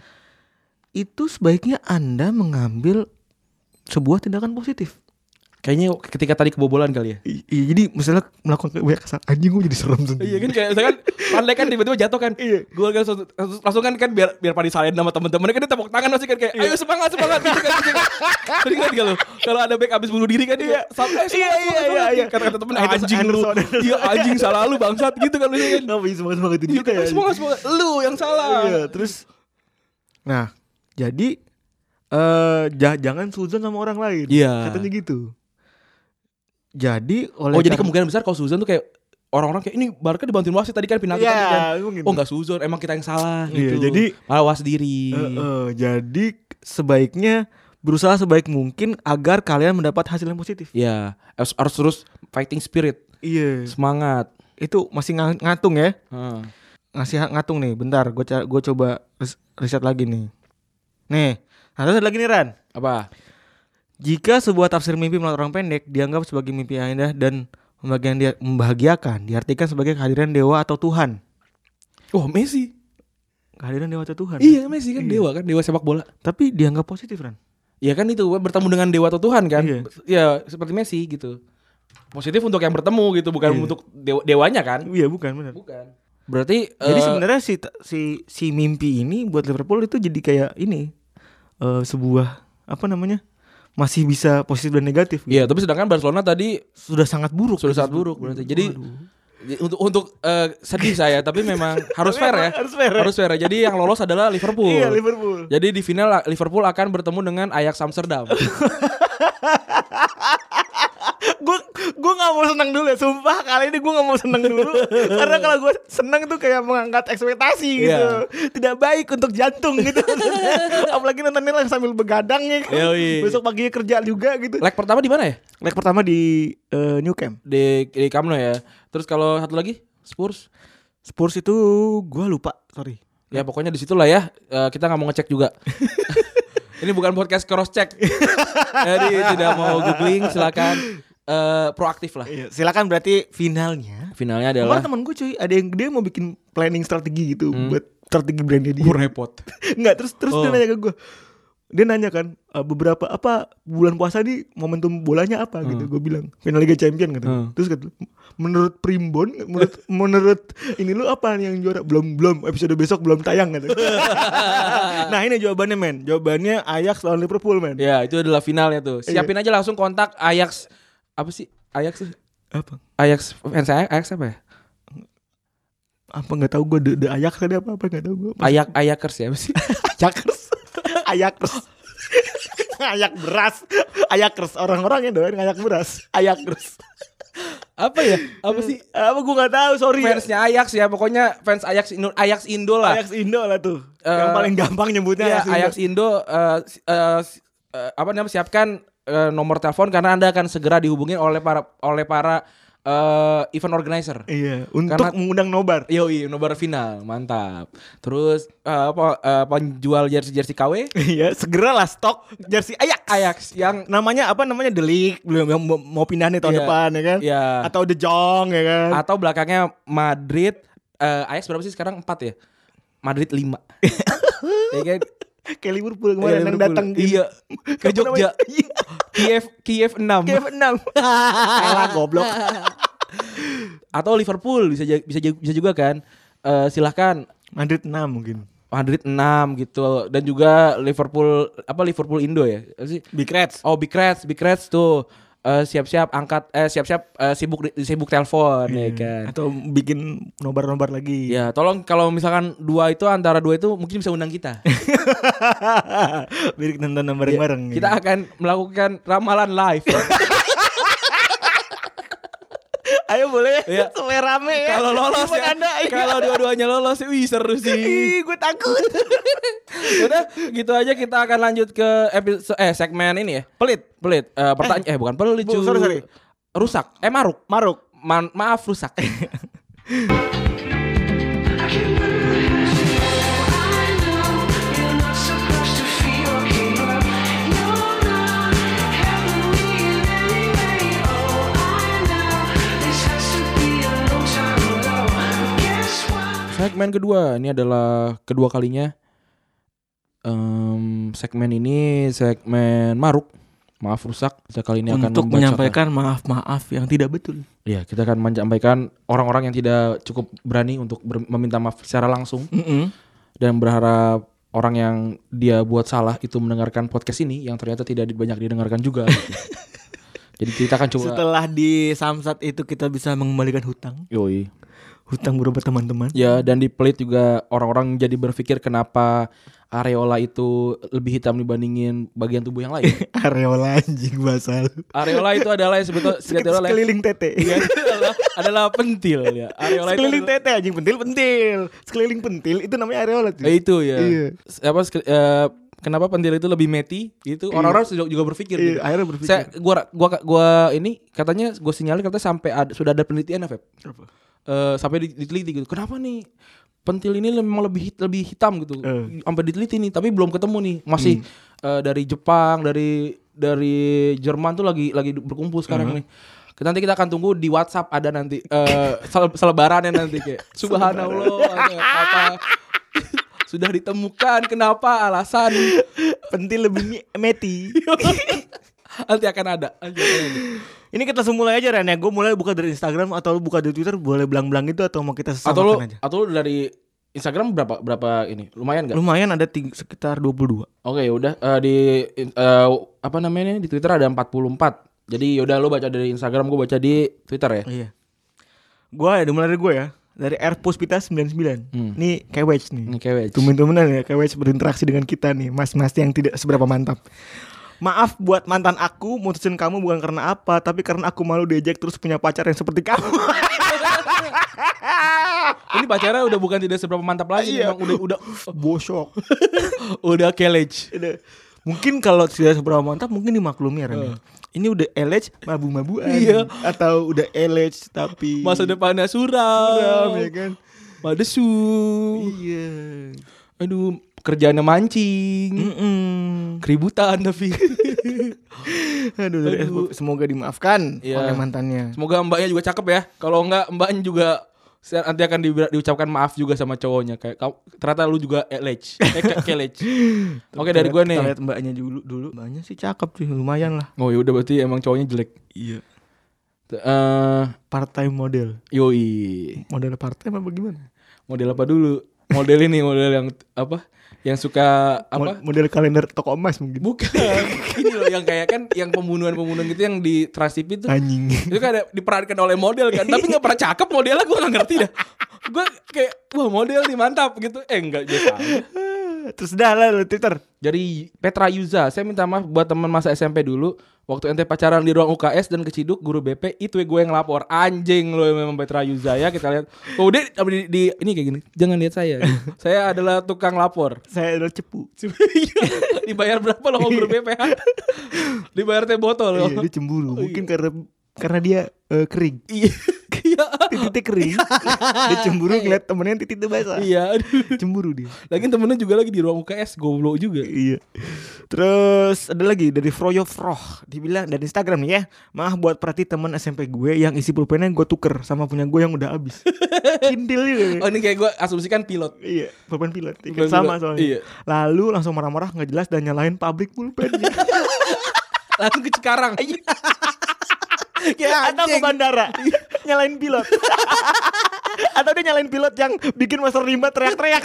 itu sebaiknya Anda mengambil sebuah tindakan positif. Kayaknya ketika tadi kebobolan kali ya. Iya, jadi misalnya melakukan banyak kesalahan, anjing gue jadi serem sendiri. Iya kan, kayak misalkan Pandai kan tiba-tiba jatuh kan. Iya. Gue langsung kan biar pada disalahin sama teman-temannya kan dia tepuk tangan masih kan kayak ayo semangat gitu kan. Tadi kan kalau ada back abis bunuh diri kan dia semangat. Kata-kata temen anjing lu. Iya anjing salah lu bangsat gitu kan misalkan. Enggak bisa semangat itu kita ya. Semangat lu yang salah. Iya, terus nah, jadi jangan suzon sama orang lain. Iya. Katanya gitu. Jadi jadi kemungkinan besar kalau suzon tuh kayak orang-orang kayak ini Barca dibantuin wasit tadi kan penalti tadi kan. Oh enggak suzon, emang kita yang salah gitu. Jadi malah was diri. Jadi sebaiknya berusaha sebaik mungkin agar kalian mendapat hasil yang positif. Iya, harus terus fighting spirit. Iya. Semangat. Itu masih ngatung ya. Ngasih ngatung nih. Bentar, gue coba riset lagi nih. Nih, ada lagi nih Ran. Apa? Jika sebuah tafsir mimpi melihat orang pendek dianggap sebagai mimpi yang indah dan membahagiakan, diartikan sebagai kehadiran dewa atau Tuhan. Oh, Messi. Kehadiran dewa atau Tuhan. Iya, Messi kan dewa kan, dewa sepak bola. Tapi dianggap positif Ran. Iya kan itu bertemu dengan dewa atau Tuhan kan. Iya, seperti Messi gitu. Positif untuk yang bertemu gitu, bukan untuk dewanya kan. Iya, bukan benar. Bukan. Berarti jadi sebenarnya si mimpi ini buat Liverpool itu jadi kayak ini sebuah apa namanya? Masih bisa positif dan negatif gitu. Iya, tapi sedangkan Barcelona tadi sudah sangat buruk. Sudah sangat buruk berarti. Jadi untuk sedih saya, tapi memang harus fair ya. Harus fair. Jadi yang lolos adalah Liverpool. Iya, Liverpool. Jadi di final Liverpool akan bertemu dengan Ajax Amsterdam. Gue nggak mau senang dulu ya, sumpah kali ini gue nggak mau senang dulu karena kalau gue senang tuh kayak mengangkat ekspektasi gitu, tidak baik untuk jantung gitu. Apalagi nontonnya lagi sambil begadang ya kan. Besok paginya kerja juga gitu. Leg pertama di mana ya? Leg pertama di New Camp di Camp Nou ya. Terus kalau satu lagi Spurs itu gue lupa, sorry. Ya pokoknya di situlah ya. Kita nggak mau ngecek juga. Ini bukan podcast cross check. Jadi tidak mau googling silakan. Proaktif lah. Silakan. Berarti finalnya adalah teman gue cuy, ada yang dia mau bikin planning strategi gitu buat strategi brandnya dia. Gue repot. Enggak, terus dia nanya ke gue. Dia nanya kan beberapa bulan puasa nih momentum bolanya apa gitu. Gue bilang final Liga Champion gitu. Terus kata, menurut Primbon, menurut ini lu apa nih yang juara? Belum episode besok belum tayang gitu. Nah, ini jawabannya men. Jawabannya Ajax lawan Liverpool men. Ya, itu adalah finalnya tuh. Siapin aja langsung kontak Ajax. Apa sih Ajax? Apa? Ajax fans Ajax apa ya? Apa nggak tahu gue the Ajax tadi apa nggak tahu gue. Ajaxers ya apa sih? Ayakers. Ayak beras. Ayakers, orang-orang yang doain ayak beras. Ayakers. Apa ya? Apa sih? Apa gue nggak tahu, sorry. Fansnya Ajax ya, pokoknya fans Ajax Indo lah. Ajax Indo lah tuh. Yang paling gampang nyebutnya. Ya, Ajax Indo apa namanya, siapkan nomor telepon karena Anda akan segera dihubungin oleh para event organizer. Iya, untuk mengundang nobar. Yoi, nobar final, mantap. Terus penjual jersey KW. Iya, segeralah stok jersey Ajax yang namanya Delik, belum mau pindah nih tahun depan ya kan? Iya. Atau De Jong ya kan? Atau belakangnya Madrid. Ajax berapa sih sekarang? 4 ya? Madrid 5. Ya kan? Kayak Liverpool kemarin yang datang ke Jogja. Kiev 6. Kiev 6. Kalah goblok. Atau Liverpool bisa juga kan. Silahkan Madrid 6 mungkin. Madrid 6 gitu. Dan juga Liverpool Indo ya. Big Reds. Oh, Big Reds tuh. Siap-siap sibuk telepon ya kan. Atau bikin nobar-nobar lagi. Ya, tolong kalau misalkan antara dua itu mungkin bisa undang kita. Biar nonton bareng-bareng. Kita akan melakukan ramalan live. Ayo boleh ya. Supaya rame ya. Kalau lolos ya. Kalau dua-duanya lolos wih seru sih. Gue takut. Udah gitu aja, kita akan lanjut ke episode segmen ini ya. Pelit. Pertanyaan bukan pelit cuy. Sorry. Rusak. Maruk. Maaf rusak. Segmen kedua, ini adalah kedua kalinya. Segmen ini segmen maruk, maaf rusak. Kita kali ini akan untuk menyampaikan maaf yang tidak betul. Iya, kita akan menyampaikan orang-orang yang tidak cukup berani untuk meminta maaf secara langsung. Dan berharap orang yang dia buat salah itu mendengarkan podcast ini yang ternyata tidak banyak didengarkan juga. Gitu. Jadi kita akan coba. Setelah di Samsat itu kita bisa mengembalikan hutang. Yoi. Hutang berupa teman-teman. Ya, dan di Pelit juga orang-orang jadi berpikir kenapa areola itu lebih hitam dibandingin bagian tubuh yang lain. Areola anjing bahasa lu. Areola itu adalah yang sebetulnya sekeliling tete. Iya, adalah pentil ya. Areola sekeliling itu tete anjing, pentil. Sekeliling pentil itu namanya areola tuh. Itu ya. Iya. Kenapa pentil itu lebih meti? Itu orang-orang juga berpikir. Iya, gitu. Akhirnya berpikir. Gua ini katanya gue sinyalin sampai sudah ada penelitian ya, Feb. Sampai diteliti gitu. Kenapa nih pentil ini memang lebih hitam gitu. Sampai diteliti nih, tapi belum ketemu nih. Masih dari Jepang, dari Jerman tuh lagi berkumpul sekarang nih. Nanti kita akan tunggu di WhatsApp ada nanti selebarannya nanti kayak subhanallah apa sudah ditemukan kenapa alasan pentil lebih meti. Nanti akan ada. Ini kita mulai aja Ren ya. Gue mulai buka dari Instagram atau lu buka dari Twitter, boleh belang-belang gitu atau mau kita samakan aja? Atau dari Instagram berapa ini? Lumayan enggak? Lumayan, ada sekitar 22. Oke, udah di apa namanya di Twitter ada 44. Jadi yaudah lu baca dari Instagram, gue baca di Twitter ya. Iya. Gue dimulai dari gue ya. Dari Puspita 99. Ini Kewech nih. Temen-temenan ya, Kewech berinteraksi dengan kita nih, mas-mas yang tidak seberapa mantap. Maaf buat mantan aku, mutusin kamu bukan karena apa, tapi karena aku malu diejek terus punya pacar yang seperti kamu. Ini pacarnya udah bukan tidak seberapa mantap lagi, memang udah bosok. Udah kelej. Mungkin kalau tidak seberapa mantap mungkin dimaklumi ya Ren. Ini udah elej mabu-mabuan. Iya. Atau udah elej tapi masa depannya suram ya kan. Madesu. Iya. Aduh, kerjaannya mancing. Keributan tapi. Aduh. Semoga dimaafkan oleh mantannya. Semoga mbaknya juga cakep ya. Kalau enggak mbaknya juga nanti akan diucapkan maaf juga sama cowoknya. Kayak ternyata lu juga kelej. Oke, dari gue nih. Kita lihat mbaknya dulu. Mbaknya sih cakep sih, lumayan lah. Oh ya udah, berarti emang cowoknya jelek. Iya. Part-time model. Yoi. Model part-time apa gimana? Model apa dulu? Model ini model yang apa? Yang suka apa? Model kalender toko emas mungkin. Bukan. Ini loh yang kayak kan yang pembunuhan gitu yang di Trans TV itu. Anjing. Itu kan diperankan oleh model kan, tapi enggak pernah cakep modelnya, gue enggak ngerti dah. Gue kayak wah model nih mantap gitu. Enggak biasa. Terus dah lah Twitter. Dari Petra Yuza, saya minta maaf buat teman masa SMP dulu. Waktu ente pacaran di ruang UKS dan keciduk guru BP, itu gue yang lapor. Anjing lo memang Petra Yuza ya. Kita lihat. Oh dia di ini kayak gini. Jangan lihat saya. Saya adalah tukang lapor. Saya adalah cepu. Dibayar berapa lo guru BP? Dibayar teh botol. Iya, dia cemburu. Mungkin karena dia kering. Iya. Titiknya kering. Dia cemburu ngeliat temennya titiknya basah. Iya. Cemburu dia. Lagi temennya juga lagi di ruang UKS, goblok juga. Iya. Terus ada lagi dari Froyo Froh, dibilang dari Instagram nih ya. Maaf buat perhati teman SMP gue yang isi pulpennya gue tuker sama punya gue yang udah habis. Kintil juga. Oh ini kayak gue asumsikan pilot. Iya, pulpen pilot. Sama soalnya. Iya. Lalu langsung marah-marah nggak jelas dan nyalain pabrik pulpennya. Langsung ke Cikarang. Kayak atau ke bandara nyalain pilot. Atau dia nyalain pilot yang bikin Master Rimba teriak-teriak.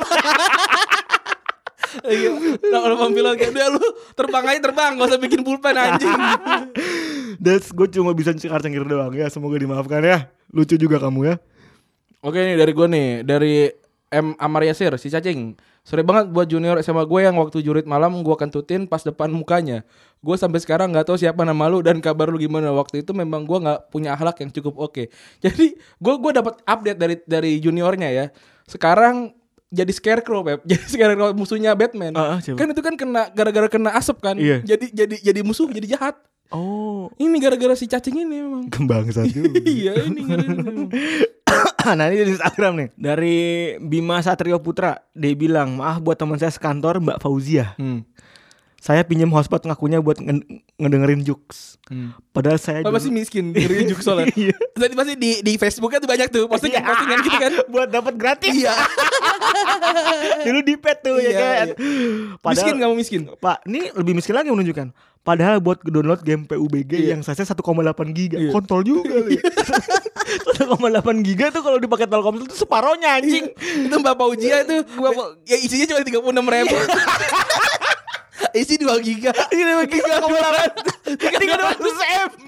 Iya. Kalau pilot kayak dia lu terbang aja terbang, gak usah bikin pulpen anjing. That's gue cuma bisa cengkir doang ya. Semoga dimaafkan ya. Lucu juga kamu ya. Oke nih dari gue nih, dari M Amaryasir si cacing. Sorry banget buat junior SMA gue yang waktu jurit malam gue kentutin pas depan mukanya. Gue sampai sekarang nggak tahu siapa nama lu dan kabar lu gimana. Waktu itu memang gue nggak punya akhlak yang cukup oke. Jadi gue dapat update dari juniornya ya. Sekarang jadi Scarecrow, Pep. Jadi Scarecrow musuhnya Batman. Kan itu kan kena gara-gara kena asap kan. Iya. Jadi musuh, jadi jahat. Oh, ini gara-gara si cacing ini memang. Kebangsaan juga. Iya ini gara-gara. Nah ini dari Instagram nih. Dari Bima Satrio Putra. Dia bilang, maaf buat teman saya sekantor Mbak Fauzia. Saya pinjam hotspot ngakunya buat ngedengerin jokes. Padahal saya masih miskin dengerin jokes soalnya. Jadi pasti di Facebooknya tuh banyak tuh postingan gitu kan. Buat dapat gratis. Iya. Dulu di pet tuh ya kan. Padahal, miskin kamu miskin. Pak, ini lebih miskin lagi menunjukkan. Padahal buat download game PUBG yang saya 1,8 giga. Kontol juga. 1,8 giga tuh kalau dipakai Telkomsel itu separohnya anjing. Itu Mbak Fauzia itu ya isinya cuma 36.000. Isi 2 giga. Ini 2 giga 300 MB.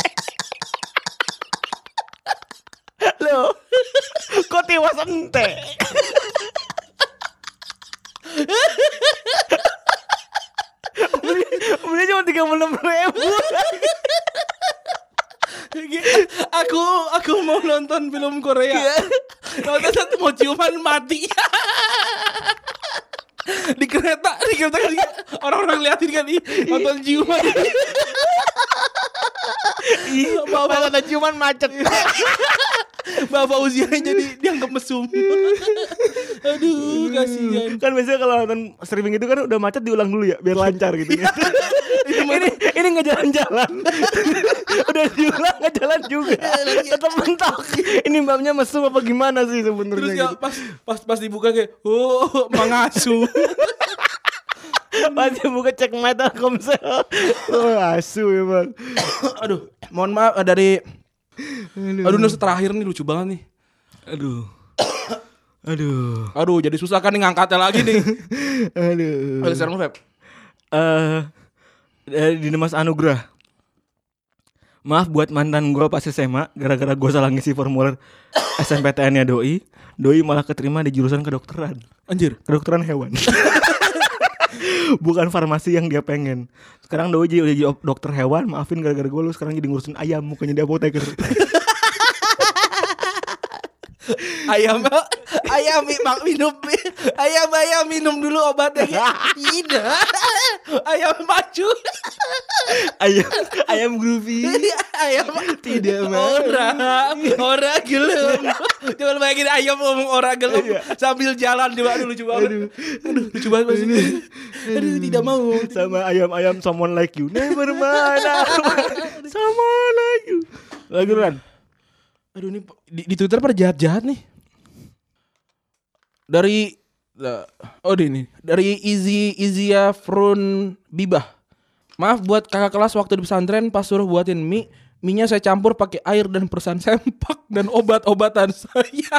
Loh, kok tiwas ente? Beli cuma 36.000. Aku mau nonton film Korea. Nonton satu mau ciuman mati. Di kereta kan orang-orang liatin kan nonton ciuman. Bapak nonton ciuman macet. Bapak usianya jadi dianggap mesum. Aduh kasihan. Kan biasanya kalau nonton streaming itu kan udah macet diulang dulu ya biar lancar gitu. Ini nggak jalan-jalan. Udah diulang nggak jalan juga. Tetap mentok. Ini mbaknya mesum apa gimana sih sebenarnya? Terus gitu. pas dibuka kayak mengasuh. Pas dibuka cek my Telkomsel. Asu ya bang. Aduh, mohon maaf dari. Aduh news terakhir nih lucu banget nih. Aduh jadi susah kan nih ngangkatnya lagi nih. Aduh sekarang Feb. Di Mas Anugrah. Maaf buat mantan gue pas SMA gara-gara gue salah ngisi formulir SNPTN-nya Doi malah keterima di jurusan kedokteran. Anjir, kedokteran hewan. Bukan farmasi yang dia pengen. Sekarang Doi jadi dokter hewan. Maafin gara-gara gue lu sekarang jadi ngurusin ayam, mukanya di apoteker. ayam minum dulu obatnya. Tidak. Ayam macu. ayam groovy. Ayam tidak ora gelem. Coba bayangin ayam ngomong ora gelem sambil jalan coba. Aduh lucu banget. Aduh lucu banget pasti. Aduh tidak mau. Sama ayam someone like you. Never mind. Someone like you. Lagi Ran. Aduh ini di Twitter pada jahat-jahat nih. Dari Izia Frun Bibah. Maaf buat kakak kelas waktu di pesantren pas suruh buatin mie-nya saya campur pakai air dan persan sempak dan obat-obatan saya.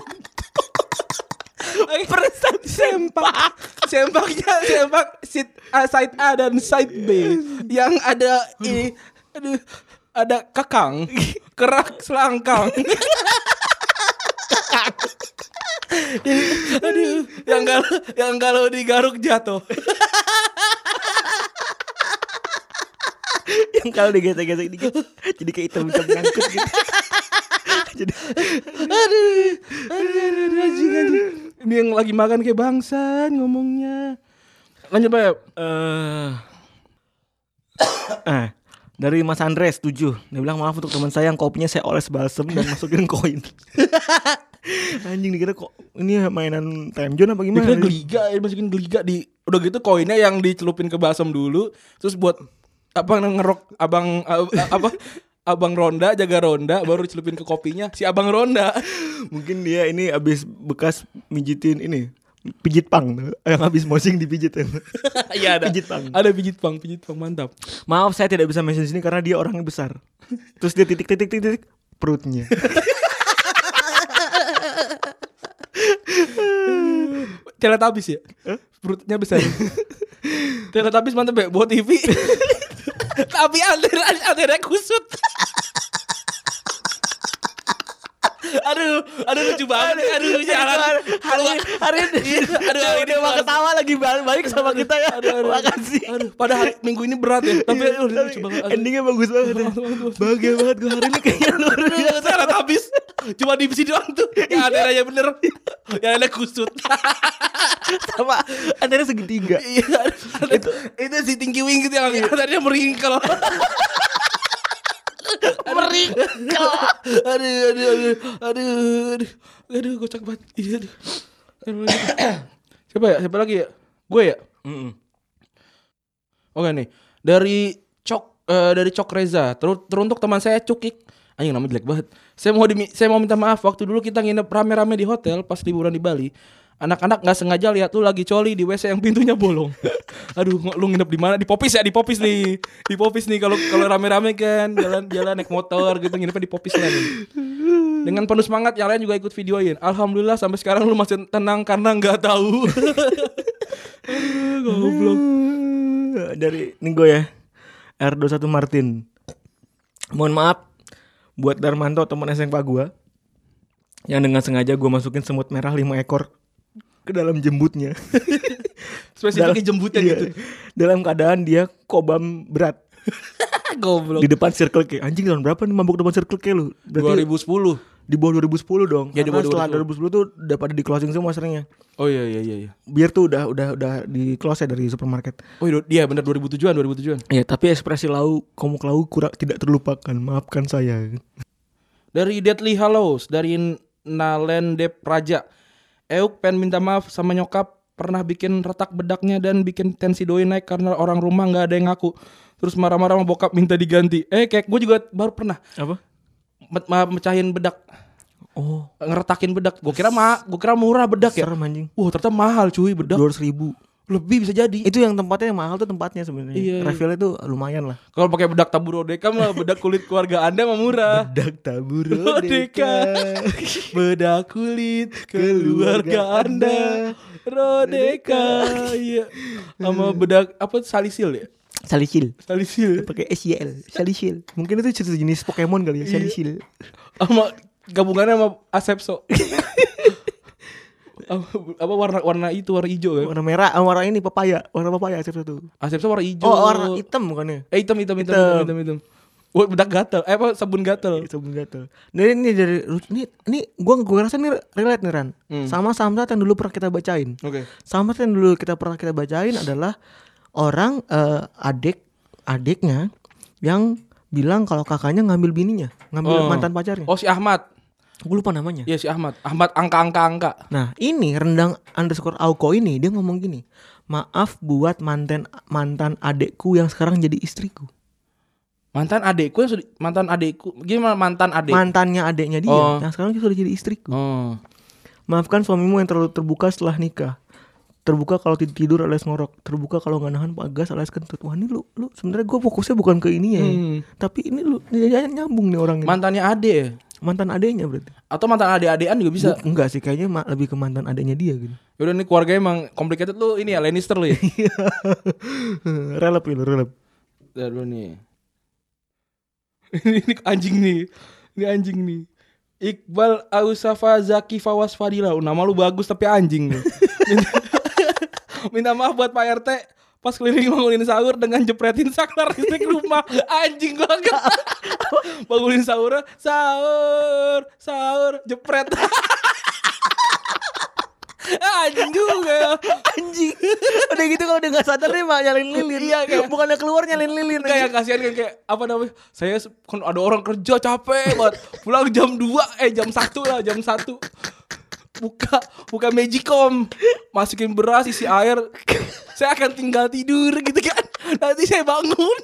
Persan sempak. Sempak side A dan side B yang ada ada kakang, kerak selangkang. Aduh, yang kalau digaruk jatuh. Yang kalau digesek-gesek dikit jadi kayak hitam-hitam ngangkut gitu. Jadi aduh, anjing. Ini yang lagi makan kayak bangsa ngomongnya. Lanjut Pak. Dari Mas Andres 7. Dia bilang maaf untuk teman saya yang kopinya saya oles balsem dan masukin koin. Anjing dikira kok ini mainan time zone apa gimana? Dikira geliga, masukin geliga di udah gitu koinnya yang dicelupin ke balsem dulu, terus buat apa ngerok abang ronda, jaga ronda, baru dicelupin ke kopinya si abang ronda. Mungkin dia ini abis bekas mijitin ini pijit pang yang habis mosing dipijit. Iya ada. Pijit pang. Ada pijit pang mantap. Maaf saya tidak bisa mention sini karena dia orangnya besar. Terus dia titik perutnya. Teletubbies ya? Perutnya besar. Teletubbies mantap ya buat TV. Tapi antenanya kusut. Aduh lucu banget. Aduh jangan. Hari ini mau ketawa lagi baik sama kita ya. Makasih. Aduh, pada hari Minggu ini berat ya. Tapi lucu banget. Endingnya bagus banget ya. Bahagia banget gue hari ini kayaknya luar biasa. Teletubbies cuma di sini doang tuh. Yang antenanya bener. Yang ada kusut. Sama antenanya segitiga. Iya. Itu si Tinky Winky yang antenanya meringkel. Aduh, kocak banget. Iya. Siapa lagi ya? Gue ya. Oke nih, dari Cok Reza. Teruntuk teman saya Cukik. Anjing namanya jelek banget. Saya mau minta maaf. Waktu dulu kita nginep rame-rame di hotel pas liburan di Bali. Anak-anak nggak sengaja lihat lu lagi coli di WC yang pintunya bolong. Aduh, lu nginep di mana? Di Popis ya, di Popis nih. Di Popis nih kalau rame-rame kan, jalan naik motor gitu, nginepnya di Popis lah nih. Dengan penuh semangat yang lain juga ikut videoin. Alhamdulillah sampai sekarang lu masih tenang karena nggak tahu. Goblok. Dari Nego ya. R21 Martin. Mohon maaf buat Darmanto teman SMP gua yang dengan sengaja gua masukin semut merah 5 ekor ke dalam jembutnya. Spesifiknya jembutnya gitu. Dalam keadaan dia kobam berat. Goblok. Di depan Circle K. Anjing tahun berapa nih mabuk depan Circle K lu? Berarti 2010. Di bawah 2010 dong. Ya, di bawah setelah 2010 tuh udah pada di closing semua seringnya. Oh iya. Biar tuh udah di close ya dari supermarket. Oh iya benar 2007-an. Iya, tapi ekspresi komuk lau kurang tidak terlupakan. Maafkan saya. Dari Deadly Hallows, dari Nalendep Raja. Euk pengen minta maaf sama nyokap, pernah bikin retak bedaknya dan bikin tensi doi naik karena orang rumah nggak ada yang ngaku. Terus marah-marah sama bokap minta diganti. Kayak gue juga baru pernah. Apa? Mecahin bedak. Oh, ngeretakin bedak. Gue kira murah bedak ya. Serem anjing. Ternyata mahal cuy bedak. 200.000. Lebih bisa jadi. Itu yang tempatnya yang mahal tuh tempatnya sebenarnya. Iya. Refillnya tuh lumayan lah. Kalau pakai bedak Taburodeka mah bedak kulit keluarga Anda mah murah. Bedak Taburodeka. Bedak kulit keluarga Anda. Rodeka. Iya. Sama bedak apa salisil ya? Salisil. Pakai SYL. Salisil. Mungkin itu jenis Pokemon kali ya, Salisil. Sama gabungannya sama Asepso. Apa warna hijau kan? Warna merah, warna ini warna papaya Asepso tuh. Asepso warna hijau. Oh, warna hitam bukannya? Hitam. Bedak gatal. Sabun gatal. Nah ini gue rasa nih relate nih Ran. Sama Samsat yang dulu pernah kita bacain. Oke. Samsat yang dulu kita pernah bacain adalah orang adiknya yang bilang kalau kakaknya ngambil bininya, ngambil mantan pacarnya. Oh si Ahmad. Gue lupa namanya. Iya si Ahmad angka. Nah ini _auko ini dia ngomong gini, maaf buat mantan adekku yang sekarang jadi istriku. Mantannya adeknya dia yang sekarang sudah jadi istriku. Maafkan suamimu yang terlalu terbuka setelah nikah. Terbuka kalau tidur alias ngorok, terbuka kalau nggak nahan pagas alias kentut. Wah ini lu sebenarnya gue fokusnya bukan ke ini ya. Tapi ini lu nyambung nih orang ini. Mantannya ade ya? Mantan adeknya berarti. Atau mantan ade-adean juga bisa? Enggak sih, kayaknya lebih ke mantan adeknya dia gitu. Yaudah nih keluarganya emang complicated lu ini ya, Lannister lu ya. relep. Dulu nih. Ini anjing nih. Iqbal Ausafa Zaki Fawas Fadila. Nama lu bagus tapi anjing nih. Minta maaf buat Pak RT. pas keliling bangunin sahur dengan jepretin saklar listrik rumah. Anjing banget. Bangunin sahur jepret. Anjing juga. Anjing. Udah gitu kalau udah gak sadar nih mak nyalin lilin. Iya kayak bukannya keluar nyalin lilin. Kayak kasihan kan kayak apa namanya? Saya kan ada orang kerja capek banget. Pulang jam 2 jam 1 lah, jam 1. Buka Magicom, masukin beras, isi air. Saya akan tinggal tidur gitu kan. Nanti saya bangun.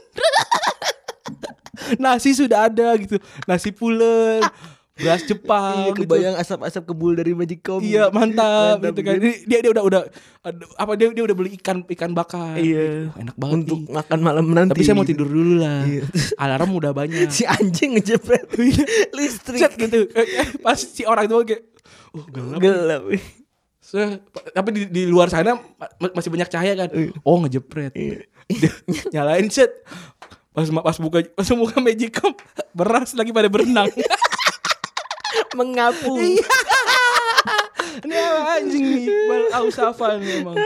Nasi sudah ada gitu. Nasi pulen, beras Jepang. Iya, kebayang gitu. Asap-asap kebul dari Magicom. Iya, mantap gitu kan. Dia udah dia udah beli ikan bakar. Iya. Enak banget untuk nih. makan malam nanti. Tapi saya mau tidur dulu lah. Iya. Alarm udah banyak. Si anjing ngejepret listrik. Set gitu. Pas si orang itu kayak gelap. Tapi di luar sana masih banyak cahaya kan. Oh, ngejepret. Nyalain set. Pas buka Magicom, beras lagi pada berenang. Mengapu. Ini anjing nih, Ausafal nih emang.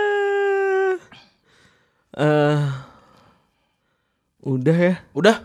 Udah ya. Udah.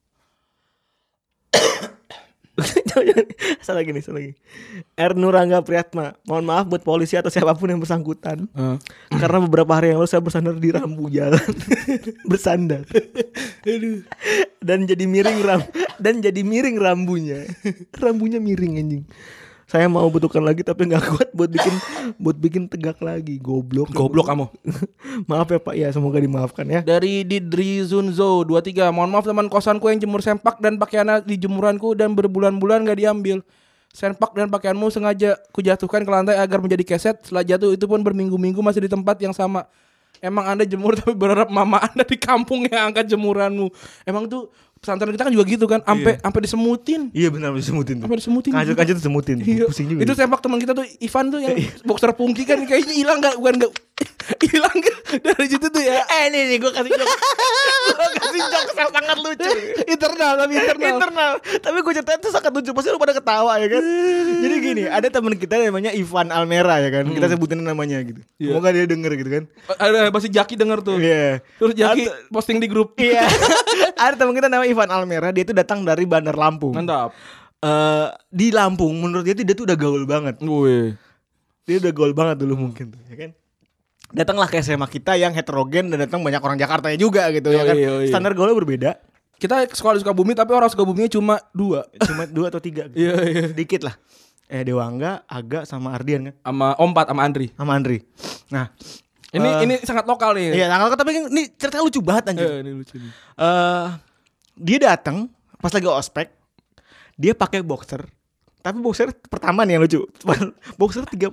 Salah lagi. Nurangga Priyatma. Mohon maaf buat polisi atau siapapun yang bersangkutan. Karena beberapa hari yang lalu saya bersandar di rambu jalan. Bersandar. Dan jadi miring rambunya. Rambunya miring anjing. Saya mau betulkan lagi tapi gak kuat buat bikin tegak lagi. Goblok kamu. Maaf ya Pak, ya semoga dimaafkan ya. Dari Didri Zunzo 23. Mohon maaf teman kosanku yang jemur sempak dan pakaiannya di jemuranku dan berbulan-bulan gak diambil. Sempak dan pakaianmu sengaja kujatuhkan ke lantai agar menjadi keset. Setelah jatuh itu pun berminggu-minggu masih di tempat yang sama. Emang Anda jemur tapi berharap mama Anda di kampung yang angkat jemuranmu. Emang tuh pesantren kita kan juga gitu kan, sampai disemutin. Iya benar disemutin. Sampai disemutin. Kajut semutin. Iya. Pusing juga. Itu sempak teman kita tuh Ivan tuh yang boxer pungki kan kayaknya hilang enggak hilang dari situ tuh ya. Nih gue kasih jokes. Yang sangat lucu. Internal. Tapi gue ceritain tuh sangat lucu. Pasti lu pada ketawa ya kan. Jadi gini, ada teman kita namanya Ivan Almera ya kan. Kita sebutin namanya gitu. Semoga dia denger gitu kan. Ada pasti Jaki denger tuh. Iya. Terus Jaki posting di grup. Iya. Ada teman kita namanya Ivan Almera. Dia tuh datang dari Bandar Lampung. Mantap. Di Lampung menurut dia tuh udah gaul banget. Wih. Dia udah gaul banget dulu mungkin tuh ya kan. Datanglah ke SMA kita yang heterogen dan datang banyak orang Jakarta juga gitu ya kan. Standar gaulnya berbeda. Kita sekolah di Sukabumi tapi orang Sukabuminya cuma 2. Cuma 2 atau 3 gitu. Iya. Sedikit lah. Dewangga, Aga sama Ardian kan. Sama Ompat sama Andri. Nah, ini sangat lokal nih. Iya, sangat lokal tapi ini ceritanya lucu banget anjir. Ini lucu nih. Dia datang pas lagi ospek. Dia pakai boxer. Tapi boxer pertama nih yang lucu. Boxer 3/4.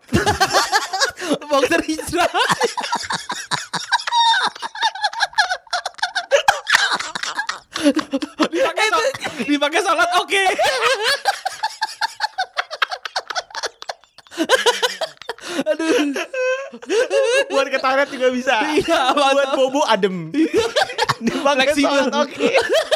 Boxer hijrah. dipakai salat oke. Aduh. Buat ke toilet juga bisa. Iya, buat bobo adem. Dipakai salat oke.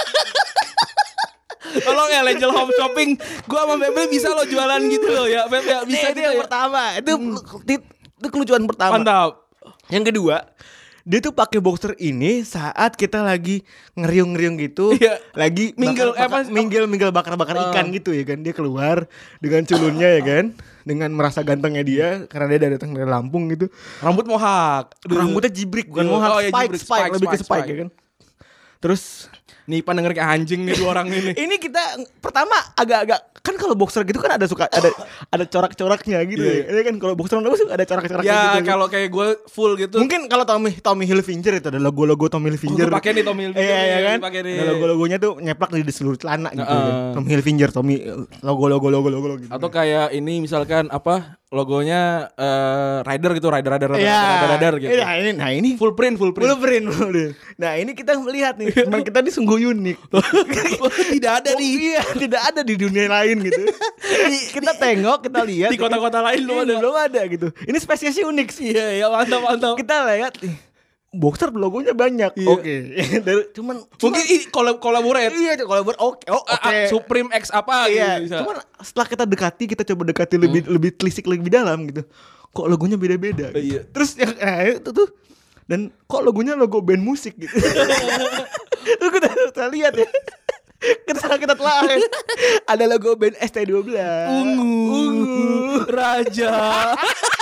Tolong ya Angel Home Shopping, gua sama Bebe bisa lo jualan gitu loh ya. Bebe ya bisa itu yang pertama. Itu kelucuan pertama. Mantap. Yang kedua, dia tuh pakai boxer ini saat kita lagi ngeriung-ngeriung gitu, lagi minggil bakar-bakar ikan gitu ya kan. Dia keluar dengan culunnya ya kan, dengan merasa gantengnya dia karena dia datang dari Lampung gitu. Rambut mohak. Rambutnya jibrik bukan mohak, spike lebih ke spike ya kan. Terus nih pendengar kayak anjing nih 2 orang ini. Ini kita pertama agak-agak kan kalau boxer gitu kan ada corak-coraknya gitu ya kan. Kalau boxer ada corak-coraknya gitu. Ya kalau kayak gue full gitu. Mungkin kalau Tommy Hilfiger itu ada logo Tommy Hilfiger. Pakai nih Tommy Hilfiger. Iya kan. Ada logo-logonya tuh nyeplak di seluruh celana gitu. Tommy Hilfiger, logo gitu. Atau kayak ini misalkan apa? Logonya rider gitu, rider gitu. Nah ini full print. Nah ini kita melihat nih, teman kita ini sungguh unik. Tidak ada nih. Iya, tidak ada di dunia lain gitu. Kita tengok, kita lihat di kota-kota lain belum ada gitu. Ini spesiesnya unik sih. Iya, mantap. Kita lihat boxer logonya banyak. Oke. Cuman mungkin kolaborate. Iya, kolaborate. Oke. Supreme X apa iya, gitu. Cuman setelah kita coba dekati lebih telisik lebih dalam gitu. Kok logonya beda-beda gitu. Iya. Terus yang itu tuh Dan kok logonya logo band musik gitu. Terus kita lihat ya. Kita telah ada logo band ST12. Ungu. Raja.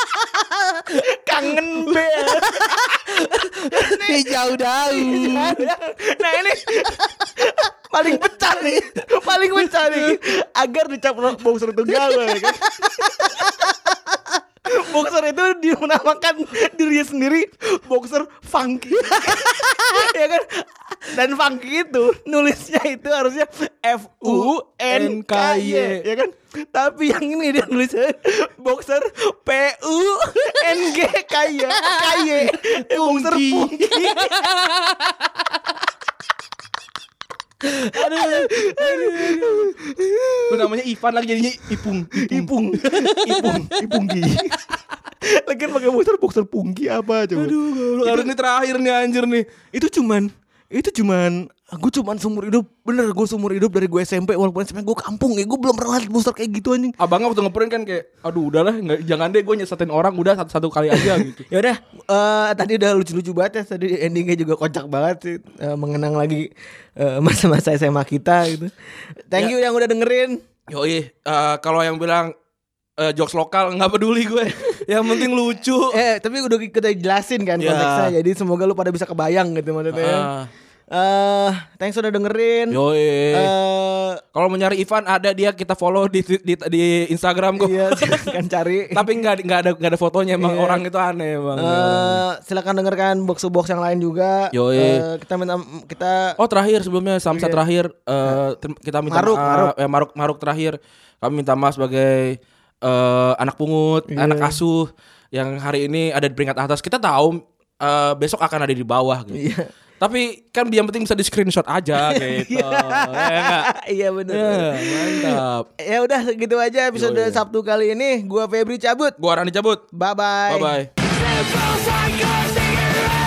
Kangen band. Hijau daun. Nah ini paling pecah nih. Agar dicap boxer tunggal ya kan. Boxer itu dinamakan dirinya sendiri boxer funky. Ya kan? Dan funky itu nulisnya itu harusnya FUNKY ya kan? Tapi yang ini dia nulisnya boxer PUNGKY. Boxer funky. Aduh. Lu namanya Ivan lagi jadinya Ipung Ipunggi. Lagi pakai boxer punggi apa coba? Aduh, harus ini terakhir nih anjir nih. Itu cuman gue cuman seumur hidup. Bener, gue seumur hidup dari gue SMP. Walaupun SMP gue kampung ya, gue belum pernah lihat booster kayak gitu anjing. Abangnya waktu ngeprint kan kayak, aduh udahlah, jangan deh gue nyesatin orang, udah satu kali aja gitu. Ya udah, tadi udah lucu-lucu banget ya. Tadi endingnya juga kocak banget sih. Mengenang lagi masa-masa SMA kita gitu. Thank you yang udah dengerin. Yoi, kalau yang bilang jokes lokal nggak peduli gue. Yang penting lucu. Tapi udah kita jelasin kan konteksnya. Jadi semoga lu pada bisa kebayang gitu maksudnya. Thanks udah dengerin. Yoi. Kalau mau nyari Ivan ada dia, kita follow di Instagram kok. Iya, silakan cari. Tapi nggak ada fotonya, emang orang itu aneh bang. Silakan dengarkan box yang lain juga. Yoi. Kita Oh terakhir sebelumnya Samsa terakhir kita minta Maruk terakhir. Kami minta maaf sebagai anak pungut, anak asuh yang hari ini ada di peringkat atas. Kita tahu besok akan ada di bawah gitu. Tapi kan yang penting bisa di screenshot aja gitu. Iya benar. Mantap. Ya udah segitu aja episode Sabtu kali ini. Gua Febri cabut. Gua Rani cabut. Bye bye. Bye bye.